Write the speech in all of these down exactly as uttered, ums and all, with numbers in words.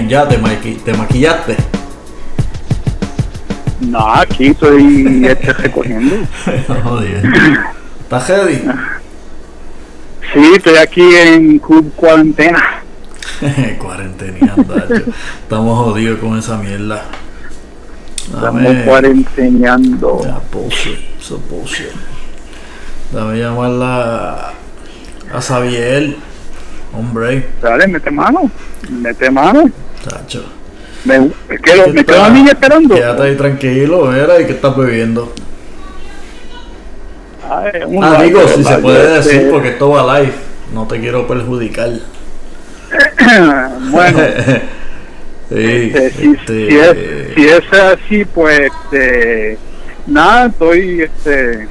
ya te, maqui te maquillaste. No, aquí estoy este, recogiendo. Joder. ¿Estás ready? Sí, estoy aquí en Club Cuarentena. Cuarenteneando, estamos jodidos con esa mierda. Dame, Estamos cuarenteneando. Ya, bullshit, so bullshit. Dame llamarla a Xavier, hombre. Dale, mete mano, mete mano. Chacho. Me, me quedo, me quedo a mí esperando. Quédate ahí tranquilo, ¿verdad? ¿Y qué estás bebiendo? Ay, ah, digo, si se puede este... decir, porque esto va live. No te quiero perjudicar. Bueno. sí, este, si, este... si, es, si es así, pues este, nada, estoy este,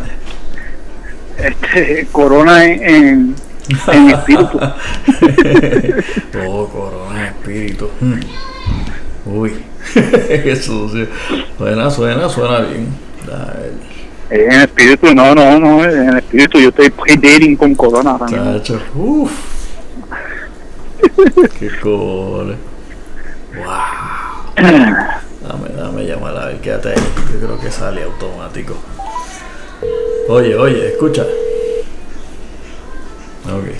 este corona en, en, en espíritu. Oh, corona en espíritu. Uy, qué sucio. Suena, suena, suena bien. En espíritu, no, no, no, en espíritu yo estoy pre-dating con corona. Chacho, uff. Qué cool. Wow. Dame, dame llamar a ver, quédate ahí. Yo creo que sale automático. Oye, oye, escucha. Ok.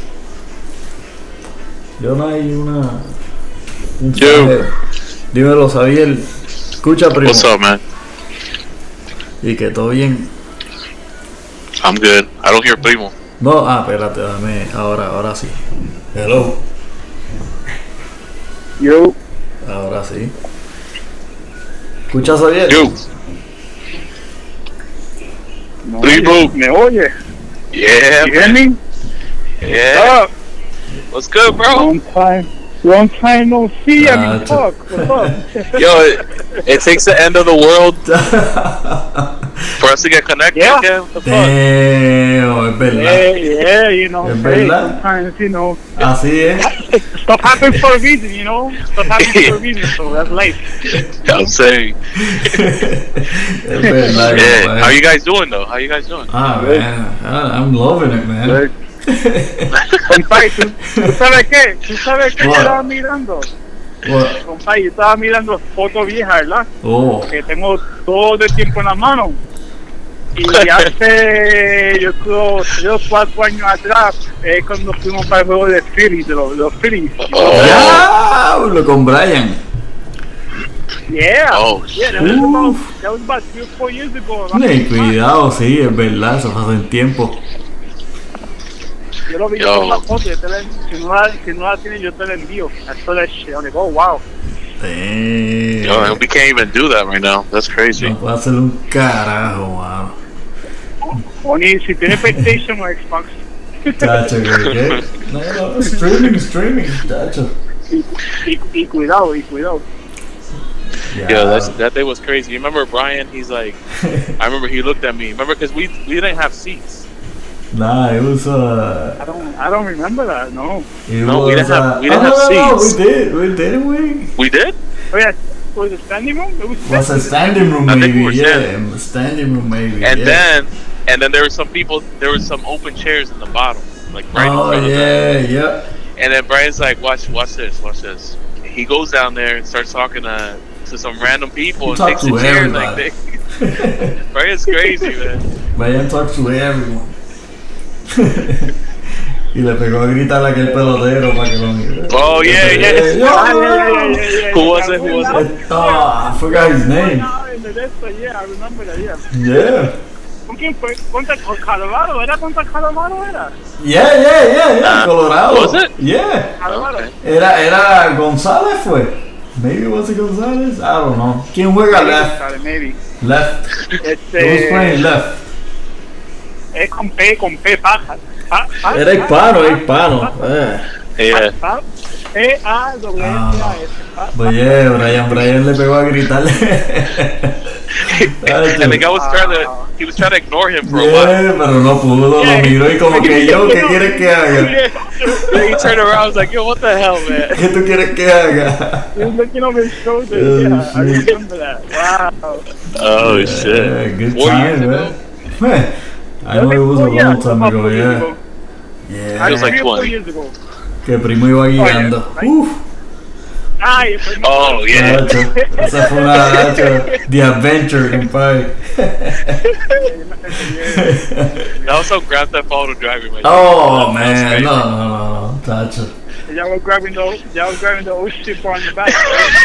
Yo no hay una. Un Yo. Dímelo, Xavier. Escucha, primo. What's up, man? Y que todo bien. I'm good. I don't hear primo. No, ah, espérate, dame. Ahora, ahora sí. Hello. Yo. Ahora sí. ¿Escucha, Xavier? Yo. No, Primo. ¿Me oye? Yeah, You hear me? Yeah. What's up? What's good, bro? Long time. Long time no see. I mean, talk. What's up? Yo, it, it takes the end of the world for us to get connected Yeah. again. What the fuck? Damn, es verdad. Yeah, yeah, you know. Es Hey, verdad. sometimes, you know, Así es. stuff happens for a reason, you know. Stuff happens for a reason, so that's life. I'm saying. Es verdad. Yeah. man. How you guys doing though? How you guys doing? Ah, man. I'm loving it, man. Compadre, ¿tú, ¿tú sabes qué? ¿Tú sabes qué yo What? estaba mirando? What? Compadre, yo estaba mirando fotos viejas, ¿verdad? Oh. Que tengo todo el tiempo en la mano. Y hace, yo creo, tres o cuatro años atrás, es cuando fuimos para el juego de Phillies, de los, de los Phillies. Diablo, con Brian. Yeah. Oh, yeah, that was, about, that was about three or four years ago. Hey, cuidado, sí, es verdad, eso fue hace tiempo. Yo lo vi Yo. con la foto, yo te la, si, no la, si no la tienes, yo te la envío. I saw that shit. I'm like, oh, wow. Damn. Yo, we can't even do that right now. That's crazy. No puedo hacer un carajo, mano. O ni si tienes PlayStation o Xbox. Chacho, ¿qué? ¿Qué? No, no, streaming, streaming, chacho. Y, y, y cuidado, y cuidado. Yeah, that's, that day was crazy. You remember Brian? He's like, I remember he looked at me. Remember, because we we didn't have seats. Nah, it was uh. I don't, I don't remember that. No. It No, was, we didn't have- uh, we didn't oh, have no, no, seats. we did, we didn't we? We did? Oh yeah, was it standing room? It was. Was a standing room I think maybe, we were yeah, standing. standing room maybe. And yeah. then, and then there were some people. There was some open chairs in the bottom, like right Oh in front yeah, of them. yeah. And then Brian's like, "Watch, watch this, watch this." He goes down there and starts talking to to some random people He and talked takes a to chair. Like everybody. they, Brian's crazy, man. Brian talks to everyone. Y le pegó a gritar a aquel pelotero para que lo mire. Oh yeah, yeah. Yeah, Yeah, yeah, yeah, yeah, yeah. Who was it? Who was it? Oh, I forgot his name. Yeah, I remember that. Yeah. Yeah. ¿Con quién fue? ¿Contra Colorado? ¿Era contra Colorado? ¿Era? Yeah, yeah, yeah, yeah. Uh, Colorado. was it? Yeah. Colorado. Okay. Era, era González fue. Maybe was it González? I don't know. ¿Quién juega left? Maybe. Left. Who was playing Este. left? Es con P, con P, paja. Pa, pa, Era hispano, pa, hispano. pa, Eh. Yeah. pa, P, A, W, S, A, S. Pa, Pues yeah, Brian, Brian le pegó a gritarle. And the guy was trying to, he was trying to ignore him for a while. Yeah, pero no pudo, lo miró y como que yo, ¿qué quieres que haga? He turned around, I was like, "Yo, what the hell, man?" ¿Qué tú quieres que haga? He was looking over his shoulder. Oh, Yeah, I shit. remember that. Wow. Oh Yeah, shit! good Four years time, ago? man. Man, I know it was a Oh, yeah, long time about ago, four years yeah. ago. Yeah. Feels like Three or four twenty. years ago. Que primo iba guiando. right. Uf. Ay, pues, Oh, yeah. Nacho, esa fue una Nacho, The Adventure, compadre. That was so Grand Theft Auto driving. Man. Oh That was man, crazy. no, no, no, no, Nacho. Y'all were grabbing the y'all were grabbing the old shit bar in the back.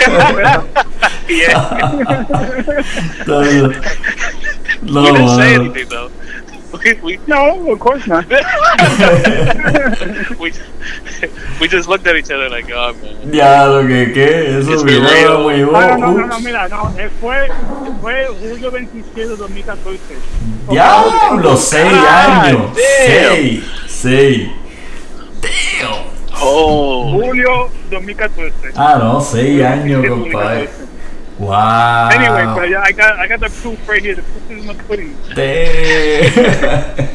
Yeah. No, no, We didn't say mano. anything though. We, we, No, of course not. we, we just looked at each other like, oh man. Ya, lo que, ¿qué? Eso It's es muy real. bueno. No, no, no, no, mira, no, eh, fue, fue julio veintisiete de dos mil catorce. Diablo, seis Ah, años. damn. Seis, seis. Damn. Oh. Julio dos mil catorce. Ah, no, seis años, compadre. Wow. Anyway, but yeah, I got I got the proof right here. The proof is in the pudding. Damn.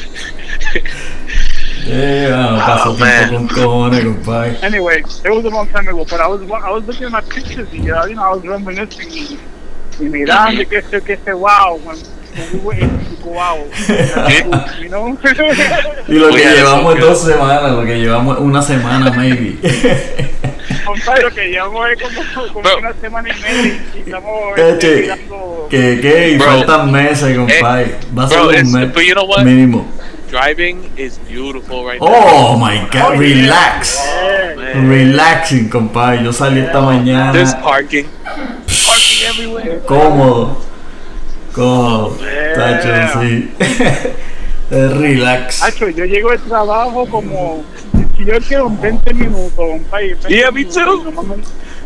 Damn, pasó Oh, man. tiempo con cojones, compadre. Anyway, it was a long time ago, but I was I was looking at my pictures and uh, you know I was reminiscing y, y mirando que este que este wow when, when we were in wow, you know. Y lo que Oye, llevamos es eso, dos semanas, lo que llevamos es una semana, maybe. Compadre, lo que llevamos es como, como Bro. una semana y media y estamos Eh, este, che, mirando. que, que, y Bro. faltan meses, compadre. Va a ser Bro, un it's, mes but you know what? mínimo. Driving is beautiful right now. Oh my god, Oh, yeah. relax. Yeah. Man. Relaxing, compadre. Yo salí esta mañana. There's parking. Parking everywhere. Cómodo. Cómodo. Yeah. Tacho, sí. Es relax. Hacho, yo llego al trabajo como si yo quiero veinte minutos, compadre. veinte Yeah, me too. minutos, nomás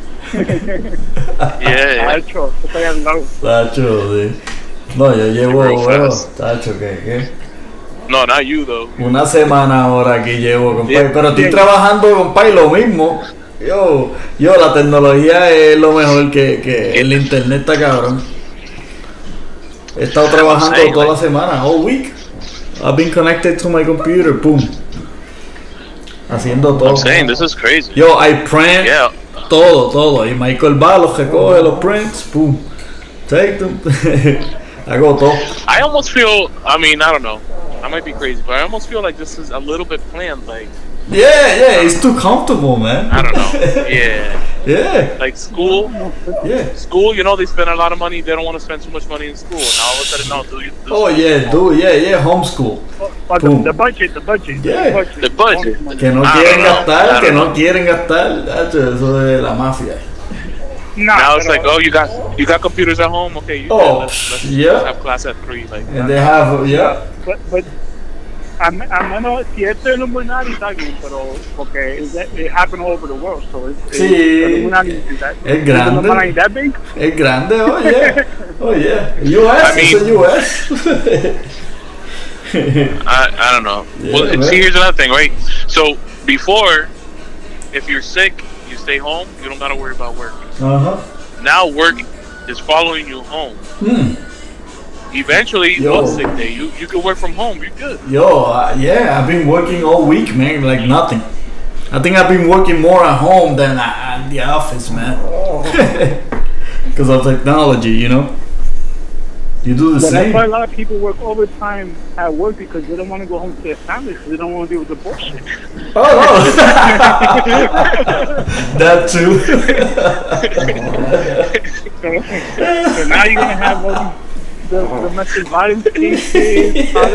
Yeah, yeah. Hacho, estoy al lado. Tacho, sí. No, yo llevo, Real bueno, fast. tacho, ¿qué, qué? No, not you though. Una semana ahora aquí llevo, compadre. Bien. Pero estoy Bien. trabajando, compadre, lo mismo. Yo, yo, la tecnología es lo mejor que, que el internet está cabrón. He estado trabajando saying, toda la like- semana, all week. I've been connected to my computer, boom. Haciendo todo. I'm saying this is crazy. Yo, I print Yeah. todo, todo. Y Michael va, los recoge, los prints, boom. Take them. Hago todo. I almost feel. I mean, I don't know. I might be crazy, but I almost feel like this is a little bit planned. Like, Yeah, yeah, it's too comfortable, man. I don't know. Yeah. Yeah, Like school, yeah. school. You know, they spend a lot of money. They don't want to spend too much money in school. And all of a sudden, no, do you? Do Oh yeah, dude, yeah, yeah, homeschool. But the, Boom. the budget, the budget, Yeah. the budget. The budget. Que no I quieren don't know, gastar, I que don't no know. quieren gastar, tacho, eso de la mafia. Nah, Now it's pero- like, oh, you got you got computers at home. Okay, you Oh, let's, let's, yeah. let's have class at three. Like, And they have, yeah. But, but, a, me- a menos, si esto es Illuminati está bien, pero, porque it, it happened all over the world, so it's, Sí. it's Illuminati is that, Es is grande. Illuminati that big? Es grande, oh yeah. Oh yeah. U S, I mean- it's a U S. I, I don't know. Yeah, well, man. see, here's another thing, right? So before, if you're sick, you stay home. You don't gotta worry about work. Uh-huh. Now work is following you home. Hmm. Eventually, Yo. one sick day, you you can work from home. You're good. Yo, uh, yeah, I've been working all week, man, like nothing. I think I've been working more at home than at at the office, man. Because of technology, you know? You do the But that's same. why a lot of people work overtime at work because they don't want to go home to their families because they don't want to deal with the bullshit. Oh, no. That too. so, so now you're going to have all these the domestic violence cases. all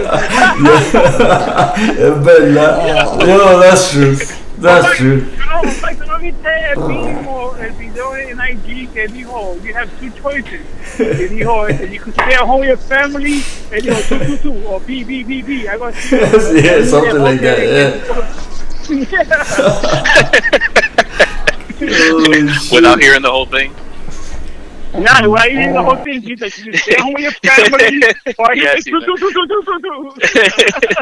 Es verdad. Yo, that's true. That's true. No, like, ¿no viste el mismo, el video en I G que dijo, you have two choices? Que dijo, you could stay at home with your family, él dijo, two, two, two, o B, B, B, B, algo así. Yeah, something like that, Oh, Without hearing the whole thing. Yeah, why you hearing the whole thing? He's like, you stay home with your family, or you Yes, say, two, he two, two, two, two, two, two.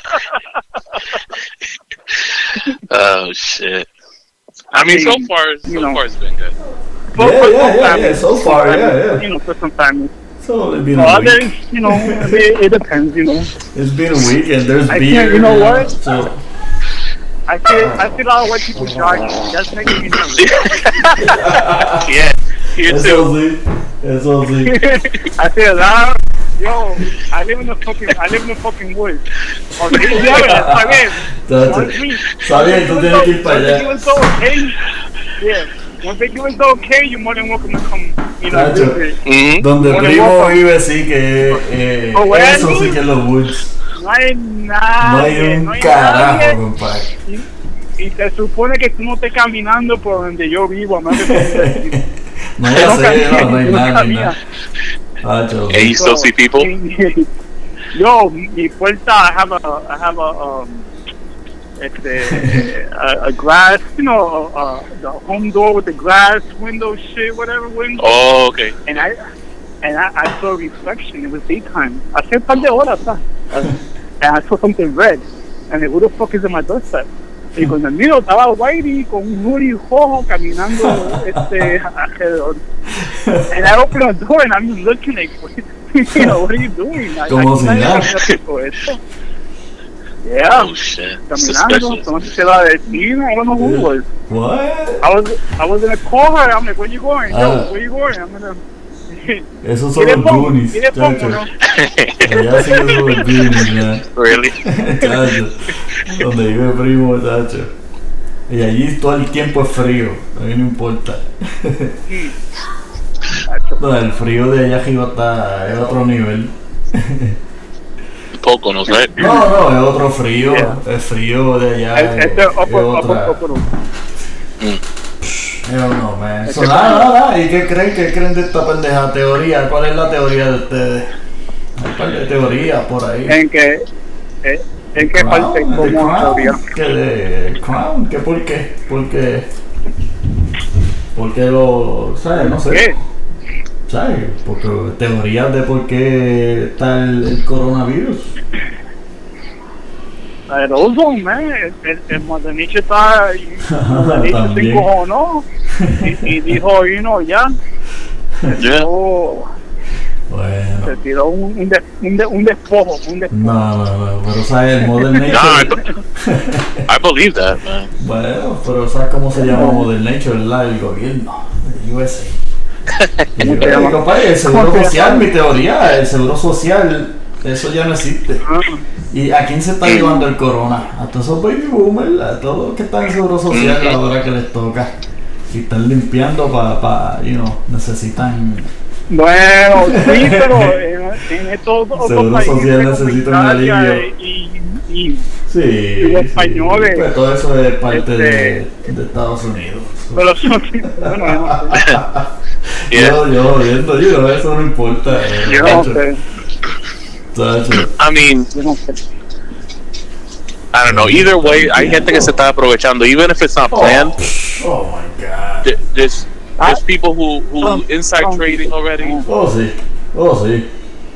Oh shit. I mean, so far, so you know. far it's been good. For- Yeah, for yeah, some yeah, families, yeah, so far, for yeah, families, yeah. You know, for some families. It's only been For a week. others, you know, it, it depends, you know. It's been a week and there's I beer. can't- you know what? So, I feel, I feel a lot of white people driving. That's making me nervous. Yeah, here eso too. sí. Eso sí. I feel a lot. Yo, I live in the fucking, I live in the fucking woods. Okay, yeah, está bien. Tacho. Once we- Está bien, tú tienes que ir para allá. Even though, hey, yeah. once they do it okay, you're more than welcome to come, you know, Nacho, visit. Mhm. donde Bueno, primo guapo. vive sí que eh, Oh, bueno. eso sí que es los woods. No hay No nadie, hay un no hay carajo, nadie. compadre. Y, y se supone que tú no estés caminando por donde yo vivo, a menos que tú- No ya Yo sé, nunca- no, no hay yo nada, nunca no hay nada. Nacho, Hey, you still see people? Yo, mi puerta, I have a, I have a, um, este, a, a glass, you know, uh, the home door with the glass window shit, whatever window. Oh, okay. And I, and I, I saw a reflection. It was daytime. Hace un par de horas, ¿sabes? And I saw something red. And like, who the fuck is in my doorstep? Y cuando miro, estaba Whitey con un hoodie rojo caminando este, alrededor. And I open the door and I'm just looking like, you know, what are you doing? I- Como I- si I- nada. esto. Yeah, Oh shit. caminando, Suspicious. no sé si era de China, I don't know who it was. What? I was, I was gonna call her, I'm like, where you going? Ah. Yo, where you going? I'm gonna... Esos son ¿Quieres los pongo? Goonies, ¿Quieres pongo, chacho. no? Allá sí que son los Goonies, ya. Really? Chacho. Donde vive primo, chacho. Y allí todo el tiempo es frío, a mí no importa. No, el frío de allá arriba está es otro nivel. Poconos, right? No, no, es otro frío. Yeah. El frío de allá es, Este, es upper, upper, otra. upper, I don't know, man. Es So, que- nada, nada, nada. ¿Y qué creen? ¿Qué creen de esta pendeja teoría? ¿Cuál es la teoría de ustedes? Hay un par de teorías por ahí. en que, eh, en qué parte Crown, como de Crown, teoría. que de Crown, que por qué, porque, porque lo, ¿sabes? No sé, ¿Qué? ¿sabes? Porque teorías de por qué está el, el coronavirus. El ozone, man, el, el, el Mother Nature está, Mother Nature se También. encojonó y, y dijo, you know, ya, Yeah. oh, se Bueno, tiró un, un, de- un, de- un despojo, un despojo. no, no, no, pero ¿sabes? El Modern No, I, Nature, I believe that, man. bueno, pero ¿sabes cómo se llama Modern Nature, verdad? El gobierno, el U S A. Y yo, se llama? compadre, el seguro ¿Cómo se social, llama? mi teoría, el seguro social, eso ya no existe. Ah, ¿Y a quién se está llevando el corona? A todos esos baby boomers, a todos los que están en seguro social a la hora que les toca. Y están limpiando para, pa, you know, necesitan... Bueno, sí, pero en, en estos otros Seguro países social como necesita un Italia alivio. y, y, Sí, Y los españoles, sí. Pues todo eso es parte este, de, de Estados Unidos. pero son, bueno, yo no sé. Yeah. Yo, yo, viendo, yo, no, eso no importa. eh, Yo no macho. sé, Tacho. I mean, yo no sé. I don't know. Either way, hay gente que se está aprovechando, even if it's not planned. Oh, oh my God. th- There's there's people who who Um, inside um, trading already. Oh, sí. Oh, sí.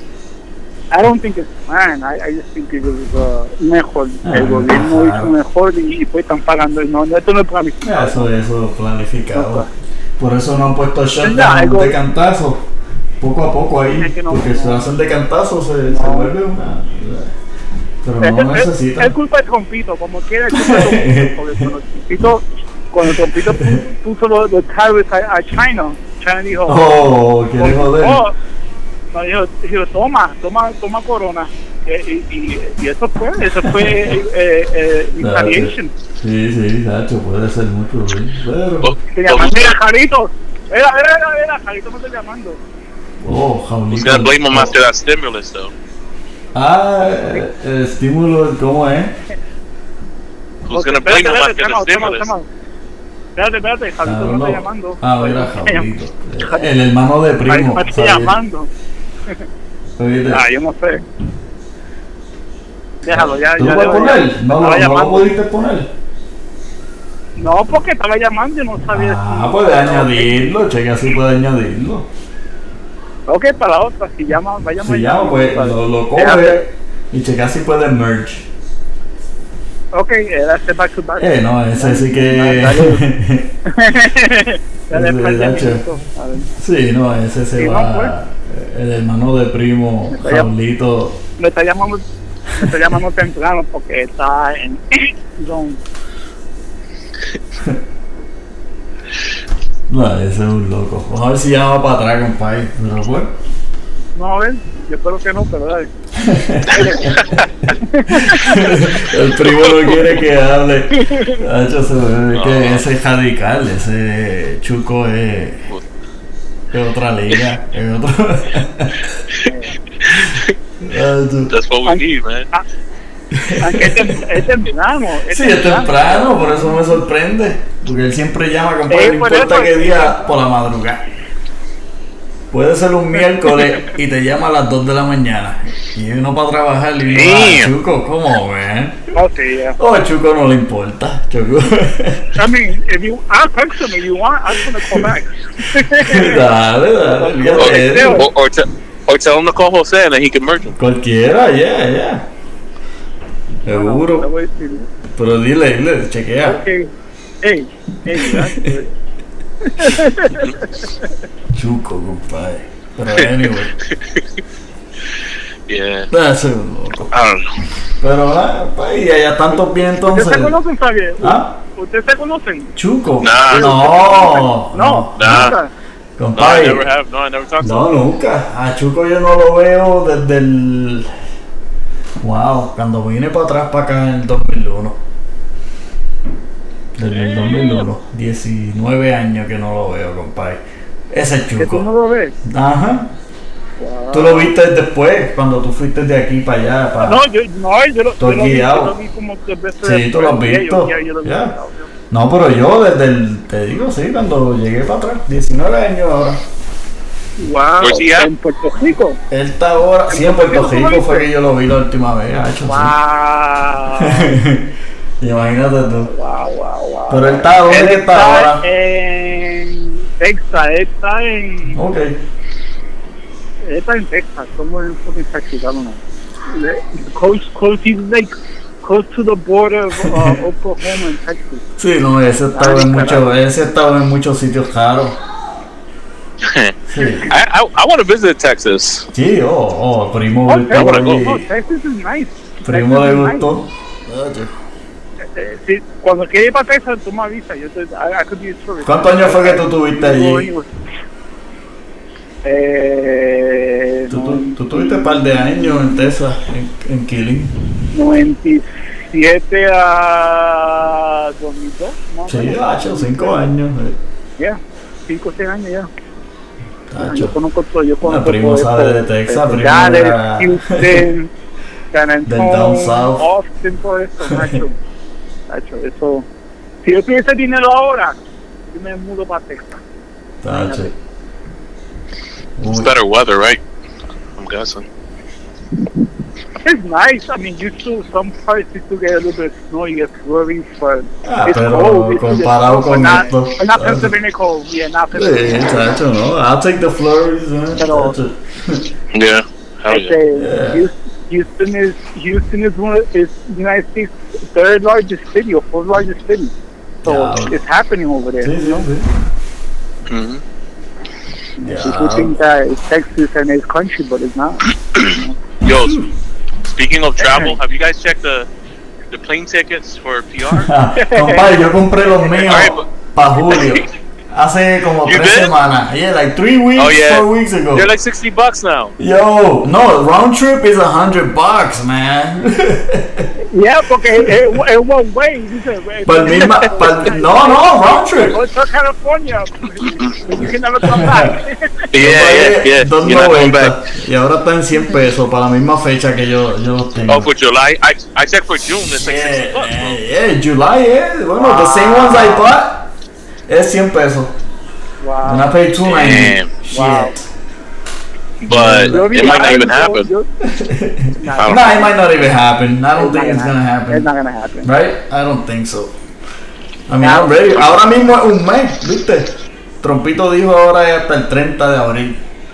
I don't think it's planned. I, I just think it was uh, mejor. Ah, El gobierno claro. hizo mejor y, y pues están pagando. No, no, esto no es planificado. Eso, eso planificado. Por eso no han puesto Ya, shutdown algo- de cantazo. Poco a poco ahí. Es que no- porque si lo hacen de cantazo se, se No. vuelve una. Pero Es, no es- es necesitan. culpa de Trompito, como quiera es culpa de Trompito. Porque cuando Trompito, cuando Trompito pu- puso los, los tariffs a, a China, China dijo, Oh, quieren joder. oh, no, dijo, dijo, toma, toma, toma corona. Y, y, y, y eso fue, eso fue eh, eh, retaliation. Sí, sí, Nacho, puede ser mucho, sí. Pero. But, Se but llaman, who's, mira, Jarito. Era, era, era, era, Jarito me está llamando. Oh, who's Jaulito. gonna blame them after that stimulus, though? Ah, eh, el estímulo, ¿cómo es? Who's Ok, gonna blame them espérate, after espérate, the espérate, stimulus? espérate, espérate, Ah, Jarito me no. está llamando. Ah, mira, Me está Jaulito. El hermano de Jarito primo. me está ¿sabes? llamando. Oíste, Ah, yo no sé. Déjalo, ya, ¿Tú ya. lo puedes ya- poner? ya- No, estaba lo- no lo llamando. pudiste poner. No, porque estaba llamando y no sabía. Ah, si- puede añadirlo, checa si puede añadirlo. Ok, para la otra, si llama, vaya Si llama, pues lo, lo coge y checa si puede merge. Ok, era este back to back. Eh, no, ese sí Ah, que. Dale, Ese par de Nacho. minutos, a ver. Sí, no, ese se Sí, no, va. El hermano de primo, Está llam- Jaulito. Me está llamando, me está llamando temprano porque está en zone. No, ese es un loco. Vamos a ver si llama para atrás, compadre. Pero bueno. No, a ver, yo espero que no, pero dale. El primo no quiere que hable. Hacho, se ve que ese es radical, ese Chuco es, es otra liga, es otro. That's what we need, man. Aunque es, tem- es temprano. Es Sí, es temprano, por eso me sorprende. Porque él siempre llama, compadre, Eh, no por importa eso- qué día, por la madrugada. Puede ser un miércoles y te llama a las dos de la mañana. Y uno para trabajar y uno, ah, Damn. Chuco, ¿cómo, man? Oh, sí, yeah. Oh, Chuco no le importa, Chuco. I mean, if you, I'll text him if you want. I'm gonna call back. Dale, dale, olvídate de eso. Or, or, te- or tell him to call Jose and then he can merge them. Cualquiera, yeah, yeah. Le Seguro. voy a decir, Pero dile, dile, chequea. okay. Hey, hey, that's good. Chuco, compadre. Pero anyway, Yeah. that's un loco. I don't know. Pero, ah, pues, y allá tantos bien ¿Ustedes entonces. se conocen, Javier? ¿Ah? ¿Ustedes se conocen? Chuco. Nah. No, No, Nah. nunca. No, I compadre. never have. No, I never talked to No, him. nunca. A Chuco yo no lo veo desde el. Wow, cuando vine para atrás, para acá en el dos mil uno. Desde el dos mil uno. diecinueve años que no lo veo, compadre. Ese es Que tú no Chuco. lo ves. Ajá. Wow. Tú lo viste después, cuando tú fuiste de aquí para allá. Para... No, yo, no, yo lo, Tú yo lo vi, guiado. yo lo vi como tres veces. Sí, tú lo has después. visto. Ya, yo, ya, yo lo vi. Ya. No, pero yo desde el. Te digo, sí, cuando llegué para atrás. diecinueve años ahora. Wow, Pues sí, ya. en Puerto Rico. Él está ahora. Sí, en Puerto Rico fue que yo lo vi la última vez. Ha hecho Wow. sí. Imagínate tú. Wow, wow, wow. Pero él está, ¿dónde Él que está ahora? en Texas, él está en, Ok. él está en Texas, somos en fucking Texas, I don't know. Close, close, he's like close to the border of uh, Oklahoma and Texas. Sí, no, ese ha estado Ay, en carajo. muchos, ese ha estado en muchos sitios caros. Sí. I, I, I want to visit Texas. Sí, oh, oh, primo Oh, le Texas, gustó. go. oh, Texas is nice. Primo le Texas is nice. gustó. Eh, sí, cuando quiera ir para Texas, tú me avisas. Yo te, I, I could be a tourist. ¿Cuántos años fue que tú tuviste allí? Eh, Tú, tú, tú tuviste un par de años en Texas, en, en Killing. noventa y siete a dos mil dos. más o Sí, menos. hacho, cinco años. eh. Ya, cinco o seis años ya. Yo Hacho. conozco todo, yo conozco primo todo sabe esto, de Texas, eh, primo Dallas, era- Houston, San Del down Antonio, south. Austin, todo esto, macho. Macho, eso. Si yo tuviese dinero ahora, yo me mudo para Texas. Hacho. It's Uy. better weather, right? I'm guessing. It's nice. I mean, you still, some parts you still get a little bit of snow, you get flurries, but Ah, it's pero cold. It's comparado it's con not, esto, but not ¿sabes? Pennsylvania cold. Yeah, not Sí, Pennsylvania. chacho, no. I'll take the flurries, man. Pero- Chacho. Yeah. Hell It's yeah. a- Yeah. Houston, Houston is Houston is one of, is the United States' third largest city or fourth largest city. So Yeah. it's happening over there. Sí, you sí, know? sí. hmm People Yeah. think that it's Texas and it's country, but it's not. Yo, s- speaking of travel, have you guys checked the the plane tickets for P R? Ah, compadre, yo compré los míos Alright, but- para julio. Hace como You tres did? semanas. Yeah, like three weeks, Oh, yeah. four weeks ago. They're like sixty bucks now. Yo, no, round trip is a hundred bucks, man. Yeah, porque it, it, it one way. Dice, Para el misma, pa'l- no, no, round trip. Go to California. You can never come back. Yeah, yeah, yeah. Dos You're not going noventa. back. Y ahora está en cien pesos para la misma fecha que yo, yo los tengo. Oh, for July, I I checked for June. It's like sixty Yeah, bucks. Bro. yeah, yeah, July, yeah. Bueno, the same ones I bought es cien pesos. And I Wow. paid two ninety. Damn. Shit. Wow. But Yo vi it might not algo, even happen. yo- I don't Nah, it might not even happen. I don't It's think not it's gonna It's happen. not gonna happen. Right? I don't think so. I mean, I'm ready. Ahora mismo es un mes, ¿viste? Trompito dijo ahora es hasta el treinta de abril.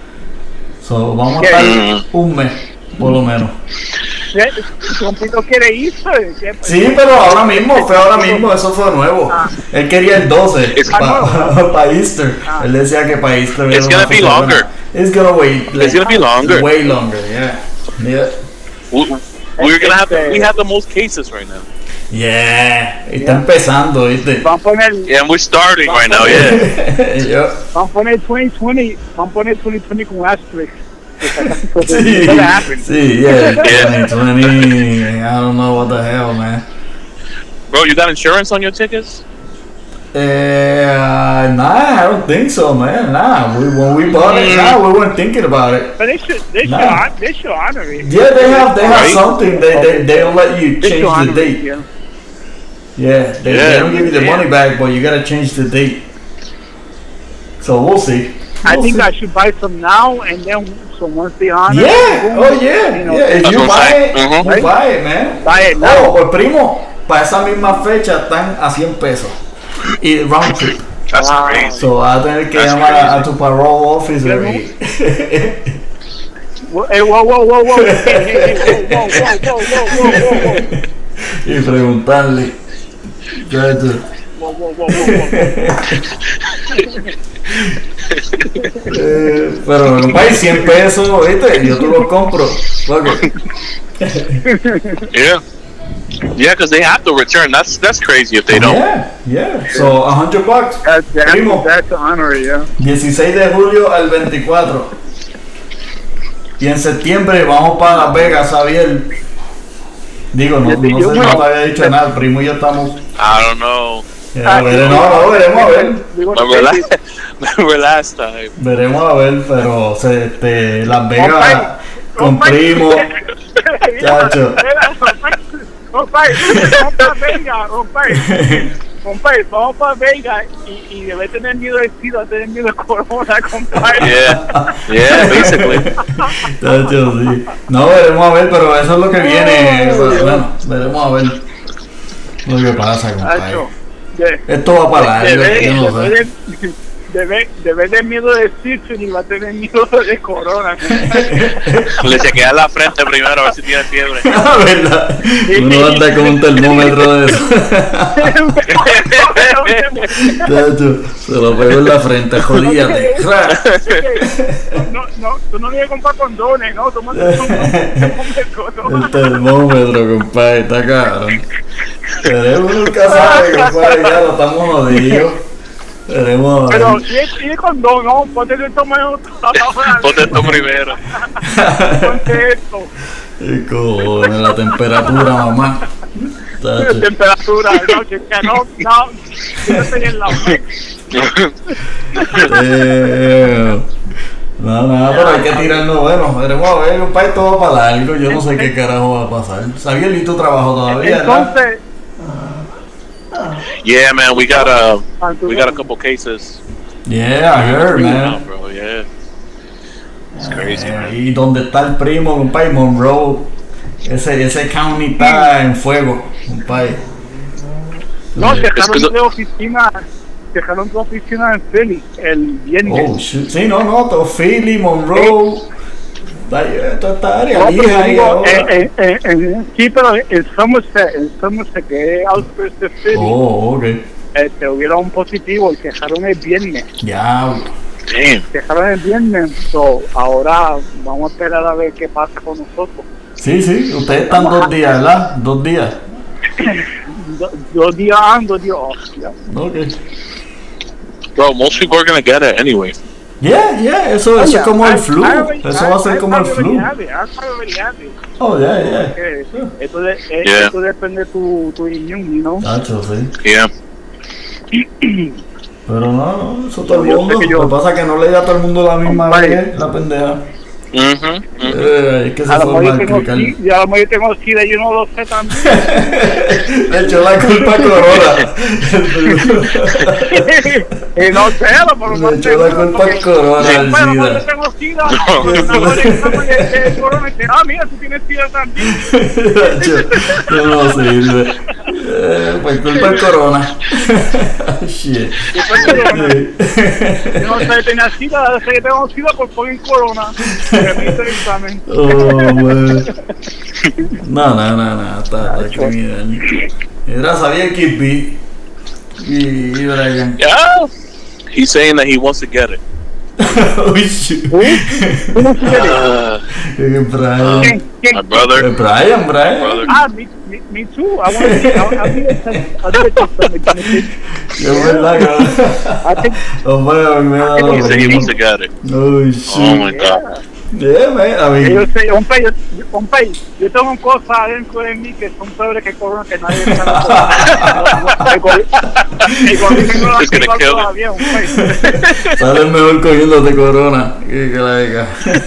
So, vamos a estar Mm. un mes, por lo menos. Eh, Trompito quiere irse. ¿qué? Sí, pero ahora mismo, fue ahora mismo, eso fue nuevo. Ah. Él quería el doce It's- para Easter. Ah. Él decía que para Easter It's era gonna una be fecha buena. longer. It's gonna wait. It's gonna be longer. Way longer, yeah. Yeah. We, we're gonna have the, we have the most cases right now. Yeah. Está Yeah. empezando, ¿viste? Van a poner, Yeah, and we're starting right now. Yeah. Yo- van a poner twenty twenty, van a poner twenty twenty con asterisk. Sí, That happened. sí, yeah, twenty twenty, I don't know what the hell, man. Bro, you got insurance on your tickets? Uh, nah, I don't think so, man. Nah, we, when we bought it, nah, we weren't thinking about it. But they should, they Nah. should, hon- they should honor it. Yeah, they have, they have Right. something. They, they, they'll let you They change should the honor it, date. yeah. Yeah, they, Yeah. they don't give you the Yeah. money back, but you gotta change the date. So we'll see. I We'll think see. I should buy some now, and then so once they honor Yeah, it, boom, oh yeah, you know, yeah. If That's you what I'm buy saying. it, Mhm. you Right. buy it, man. buy it Oh, now. pues primo, para esa misma fecha están a cien pesos. Y round trip. That's Wow. crazy. So vas a tener que That's llamar a, a crazy. tu parole officer y, Whoa, hey, whoa, whoa, whoa, whoa, hey, hey, hey, whoa, whoa, whoa, whoa, whoa, whoa, whoa. y preguntarle. Chacho. Whoa, whoa, whoa, whoa, whoa. Eh, pero compadre, cien pesos, ¿viste? Yo te lo compro. Fuck it. Yeah. Yeah, because they have to return. That's that's crazy if they don't. Yeah, yeah. So, a hundred bucks. That's, that's, Primo. that's to honor it, yeah. dieciséis de julio al veinticuatro. Y en septiembre vamos para Las Vegas, Javier. Digo, no, no sé, Yo- no te había dicho nada. El primo y yo estamos. I don't know. Ya, veremos, no, no, veremos a ver. Remember last, remember last time? Veremos a ver, pero se, este, Las Vegas con Compadre. primo. Chacho. Compadre, vamos para Vegas, compadre. Compadre, vamos para Vegas y, y debe tener miedo de SIDA, tener miedo de corona, compadre. Yeah. Yeah, basically. Chacho, sí. No, veremos a ver, pero eso es lo que viene. Eso, bueno, veremos a ver lo que pasa, compadre. Chacho, de- Esto va para largo, Debe, yo no sé. debe, debe, debe de miedo de Simpson y va a tener miedo de corona. Le chequea la frente primero a ver si tiene fiebre. La verdad. Uno anda con un termómetro de eso. Chacho, se lo pegó en la frente, jodíate. No, no, tú no debes comprar condones, no, tómate un El termómetro, compadre, está cabrón. Veremos, nunca sabe, compadre, ya lo estamos jodidos. Veremos a ver. Pero si es, si es condón, no, ponte el tomo. Ponte esto primero. Ponte esto. Qué cojones, la temperatura, mamá. Chacho. Temperatura, no, checa, no, no, yo no estoy en la web. Eh, No, nada, pero hay que tirarnos, bueno, veremos a ver, compadre, todo para largo, yo no sé qué carajo va a pasar. ¿Sabía el tu trabajo todavía, verdad? Entonces, Yeah, man, we got a we got a couple cases. Yeah, I heard, Now, man. bro. Yeah. It's crazy, Eh, man. y donde está el primo, compadre, Monroe, ese, ese county está en fuego, compadre. no, Eh, dejaron Es que- de oficina, dejaron tu oficina en Philly el viernes. Oh, shit. Sí, no, no, todo Philly, Monroe, está ahí, eh, toda esta área, No, pero lija ahí digo, ahora. eh, eh, eh, eh, sí, pero en Somerset, en Somerset, que es outskirts de Philly, Oh, ok. este, hubieron un positivo y dejaron el viernes. Ya, Damn. Dejaron el viernes, so, ahora vamos a esperar a ver qué pasa con nosotros. sí, sí, ustedes están dos días, ¿verdad? Dos días. Do- Dos días on, dos días off. Yeah. Ok. Bro, most people are gonna get it anyway. Yeah, yeah, eso, eso Oye, es como el I- flu. I already- Eso I- va a ser I como el already flu. have it, I already have it. Oh, yeah, yeah. Que Esto, de, eh, Yeah. esto depende de tu, tu immune, you know. Tacho, sí. Yeah. Pero no, no, eso todo el Yo sé mundo. que yo- Lo que pasa es que no le da a todo el mundo la misma Compadre. vez, la pendeja. Mhm. mhm. Eh, es que se A lo forma mejor el yo tengo crical. SIDA, y a lo mejor yo tengo SIDA y yo no lo sé también. Le echó la culpa a Corona. Y no sé, lo por lo Le echó la culpa a Corona al Bueno, SIDA. yo tengo SIDA. Y a lo mejor el- el corona dice, ah, mira, tú tienes SIDA también. Tacho, eso no sirve. Eh, pues culpa del Corona. Shit. Después corona. Sí. Yo no sé que tenía SIDA, ahora sé que tengo SIDA por poner corona. Repito el examen. Oh, man. No, no, no, no, está, está criminal. Era, sabía que B y, y Brian. Yeah. He's saying that he wants to get it. Oh, shit. ¿Cómo se llama? Uh, Eh, Brian. ¿Quién? my ¿Quién? Eh, brother. Brian, Brian. Brother. Ah, me, me, me too. I want to see. I'll, I'll be a I'll do a test on it. Qué verdad, cabrón. I think, Hombre, a mí me da lo He said he wants to mismo. get it. Oh, Oh shit. my god. Yeah, man. I mean, Yo sé, un país, un país, yo tengo cosas adentro de mí que son peores que corona que nadie está. El gobierno no It's gonna activa kill todavía, un país. sale mejor cogiéndote corona que, que la beca.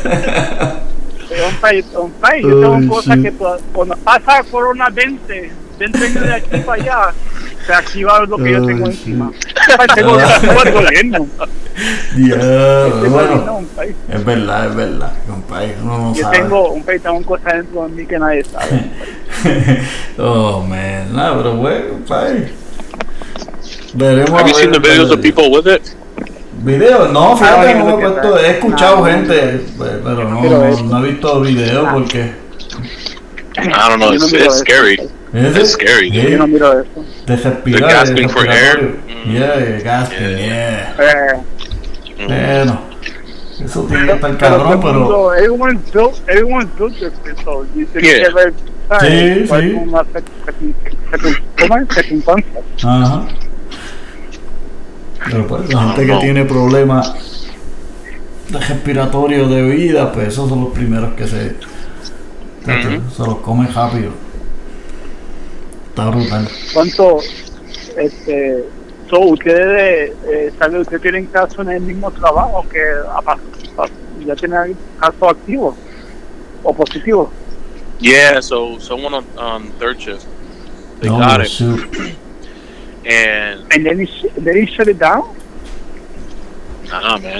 Un país, un país, yo tengo Ay, cosas sí. que toda- cuando pasa corona veinte, veinte años de aquí para allá, se activa lo que yo tengo Ay, encima. sí. Tengo tengo el gobierno. Diablo, Tengo bueno, un país. es verdad, es verdad, compadre, uno no Yo sabe. tengo un país, tengo cosas dentro de mí que nadie sabe. Oh, man, no, pero bueno, compadre. Veremos. Have a you seen the ver, videos of compadre. people with it? Videos, no, fíjate, Ah, no me he lo que puesto, está- he escuchado no, gente, pe- pero no, Pero no, eso. no he visto videos porque I don't know. Yo It's, no miro it's eso. scary. es It's scary, dude. Yo no miro eso. de respirar, They're gasping de for respiratorio. air. Mm. Yeah, gasping, yeah. Eh, Bueno, eso tiene que estar pero cabrón, todo el pero mundo, everyone's built, everyone's built different, so you tienes Yeah. que ver, ¿sabes? Sí, cuáles sí. son las circun- circun- ¿cómo es? Circunstancias. ajá. Pero pues la gente que No. tiene problemas de respiratorio de vida, pues esos son los primeros que se Ujú. se los comen rápido. Está brutal. ¿Cuánto, este, so, ustedes, eh, saben, ustedes tienen caso en el mismo trabajo que apa- pa- ya tienen caso activo o positivo? Yeah. So someone on, on third shift, they Oh, got it, shoot. and And then he, sh- then he shut it down. nah, man.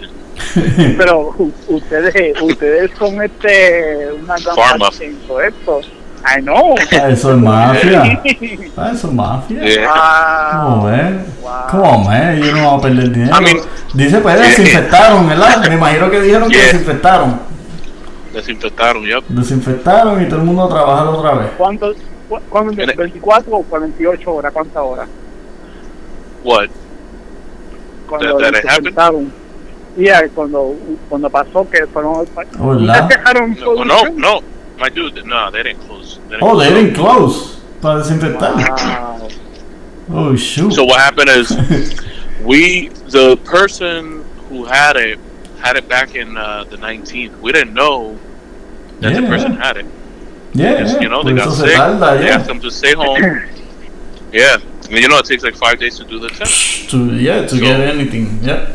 Pero u- ustedes, ustedes son este, una gran Pharma. parte en todo esto. I know. Ah, eso es mafia. Ah, eso es mafia. Yeah. No, man. Wow. Come on, man. Yo no voy a perder dinero. I mean, Dice, pues yeah. desinfectaron, ¿verdad? Me imagino que dijeron que Yeah. desinfectaron. Desinfectaron. Yep. Desinfectaron y todo el mundo a trabajar otra vez. ¿Cuántos? cu- ¿Cuánto? En el- ¿veinticuatro o cuarenta y ocho horas? ¿Cuántas horas? What? Cuando That- that it desinfectaron. Yeah, cuando, cuando pasó que fueron... Oh, ¿verdad? ¿Ustedes dejaron No, no, producción? no. My dude, no, they didn't close. They didn't Oh, close. they didn't close para desinfectar. Wow. Oh, shoot. So what happened is we, the person who had it, had it back in uh, the nineteenth. We didn't know that the Yeah, person yeah. had it. yeah, Just, yeah. you know, Por they eso got se sick. tarda, They yeah. asked them to stay home. Yeah. I mean, you know, it takes like five days to do the test. To, yeah, to So- get anything. Yeah.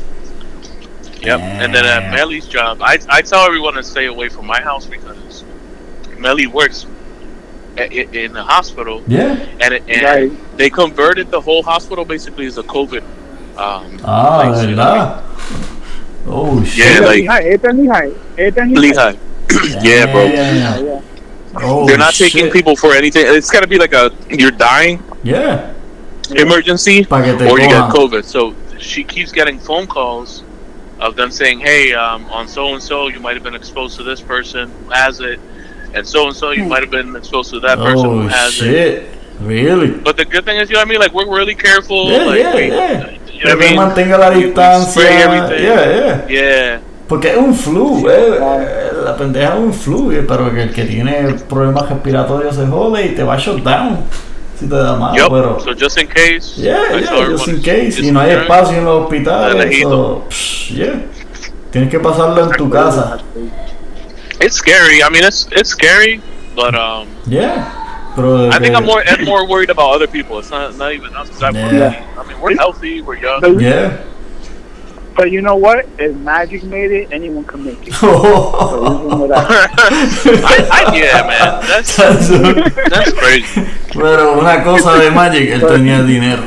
Yep. And then at Melly's job, I, I tell everyone to stay away from my house because Melly works i- i- in the hospital, Yeah. and, it, and Right. they converted the whole hospital basically as a COVID. Um, Ah, place, you know? ¿verdad? Oh, shit. Yeah, like- Esta es Lehigh. Esta es Lehigh. Lehigh. Yeah, bro. Yeah. Yeah. Oh, They're not taking shit. people for anything. It's gotta be like a you're dying Yeah. emergency, Pa' que te or you get cojan. COVID. So she keeps getting phone calls of them saying, "Hey, um, on so and so, you might have been exposed to this person who has it, and so and so, you might have been exposed to that person who Oh, has it." shit. Really? But the good thing is, you know what I mean? Like we're really careful. Yeah, like, yeah, we, yeah. You know what I Que mean? mantenga la We- we distancia. spray everything. Yeah, yeah. Yeah. Porque es un flu, eh, eh, la pendeja es un flu, eh, pero que el que tiene problemas respiratorios se jode y te va a shut down si te da mal, Yep. pero So just in case. yeah, I yeah, tell just everyone, in case, just y no hay in case. espacio en los hospitales, Alejito. so, psh, yeah, tienes que pasarlo en tu casa, It's scary. I mean, it's it's scary, but um, yeah, pero I think que- I'm more I'm more worried about other people. It's not not even us. 'Cause I'm Yeah. really- I mean, we're healthy. We're young. But, yeah, but you know what? If magic made it, anyone can make it. So you know that. I, I, yeah, man. That's that's crazy. pero una cosa de Magic, él tenía dinero,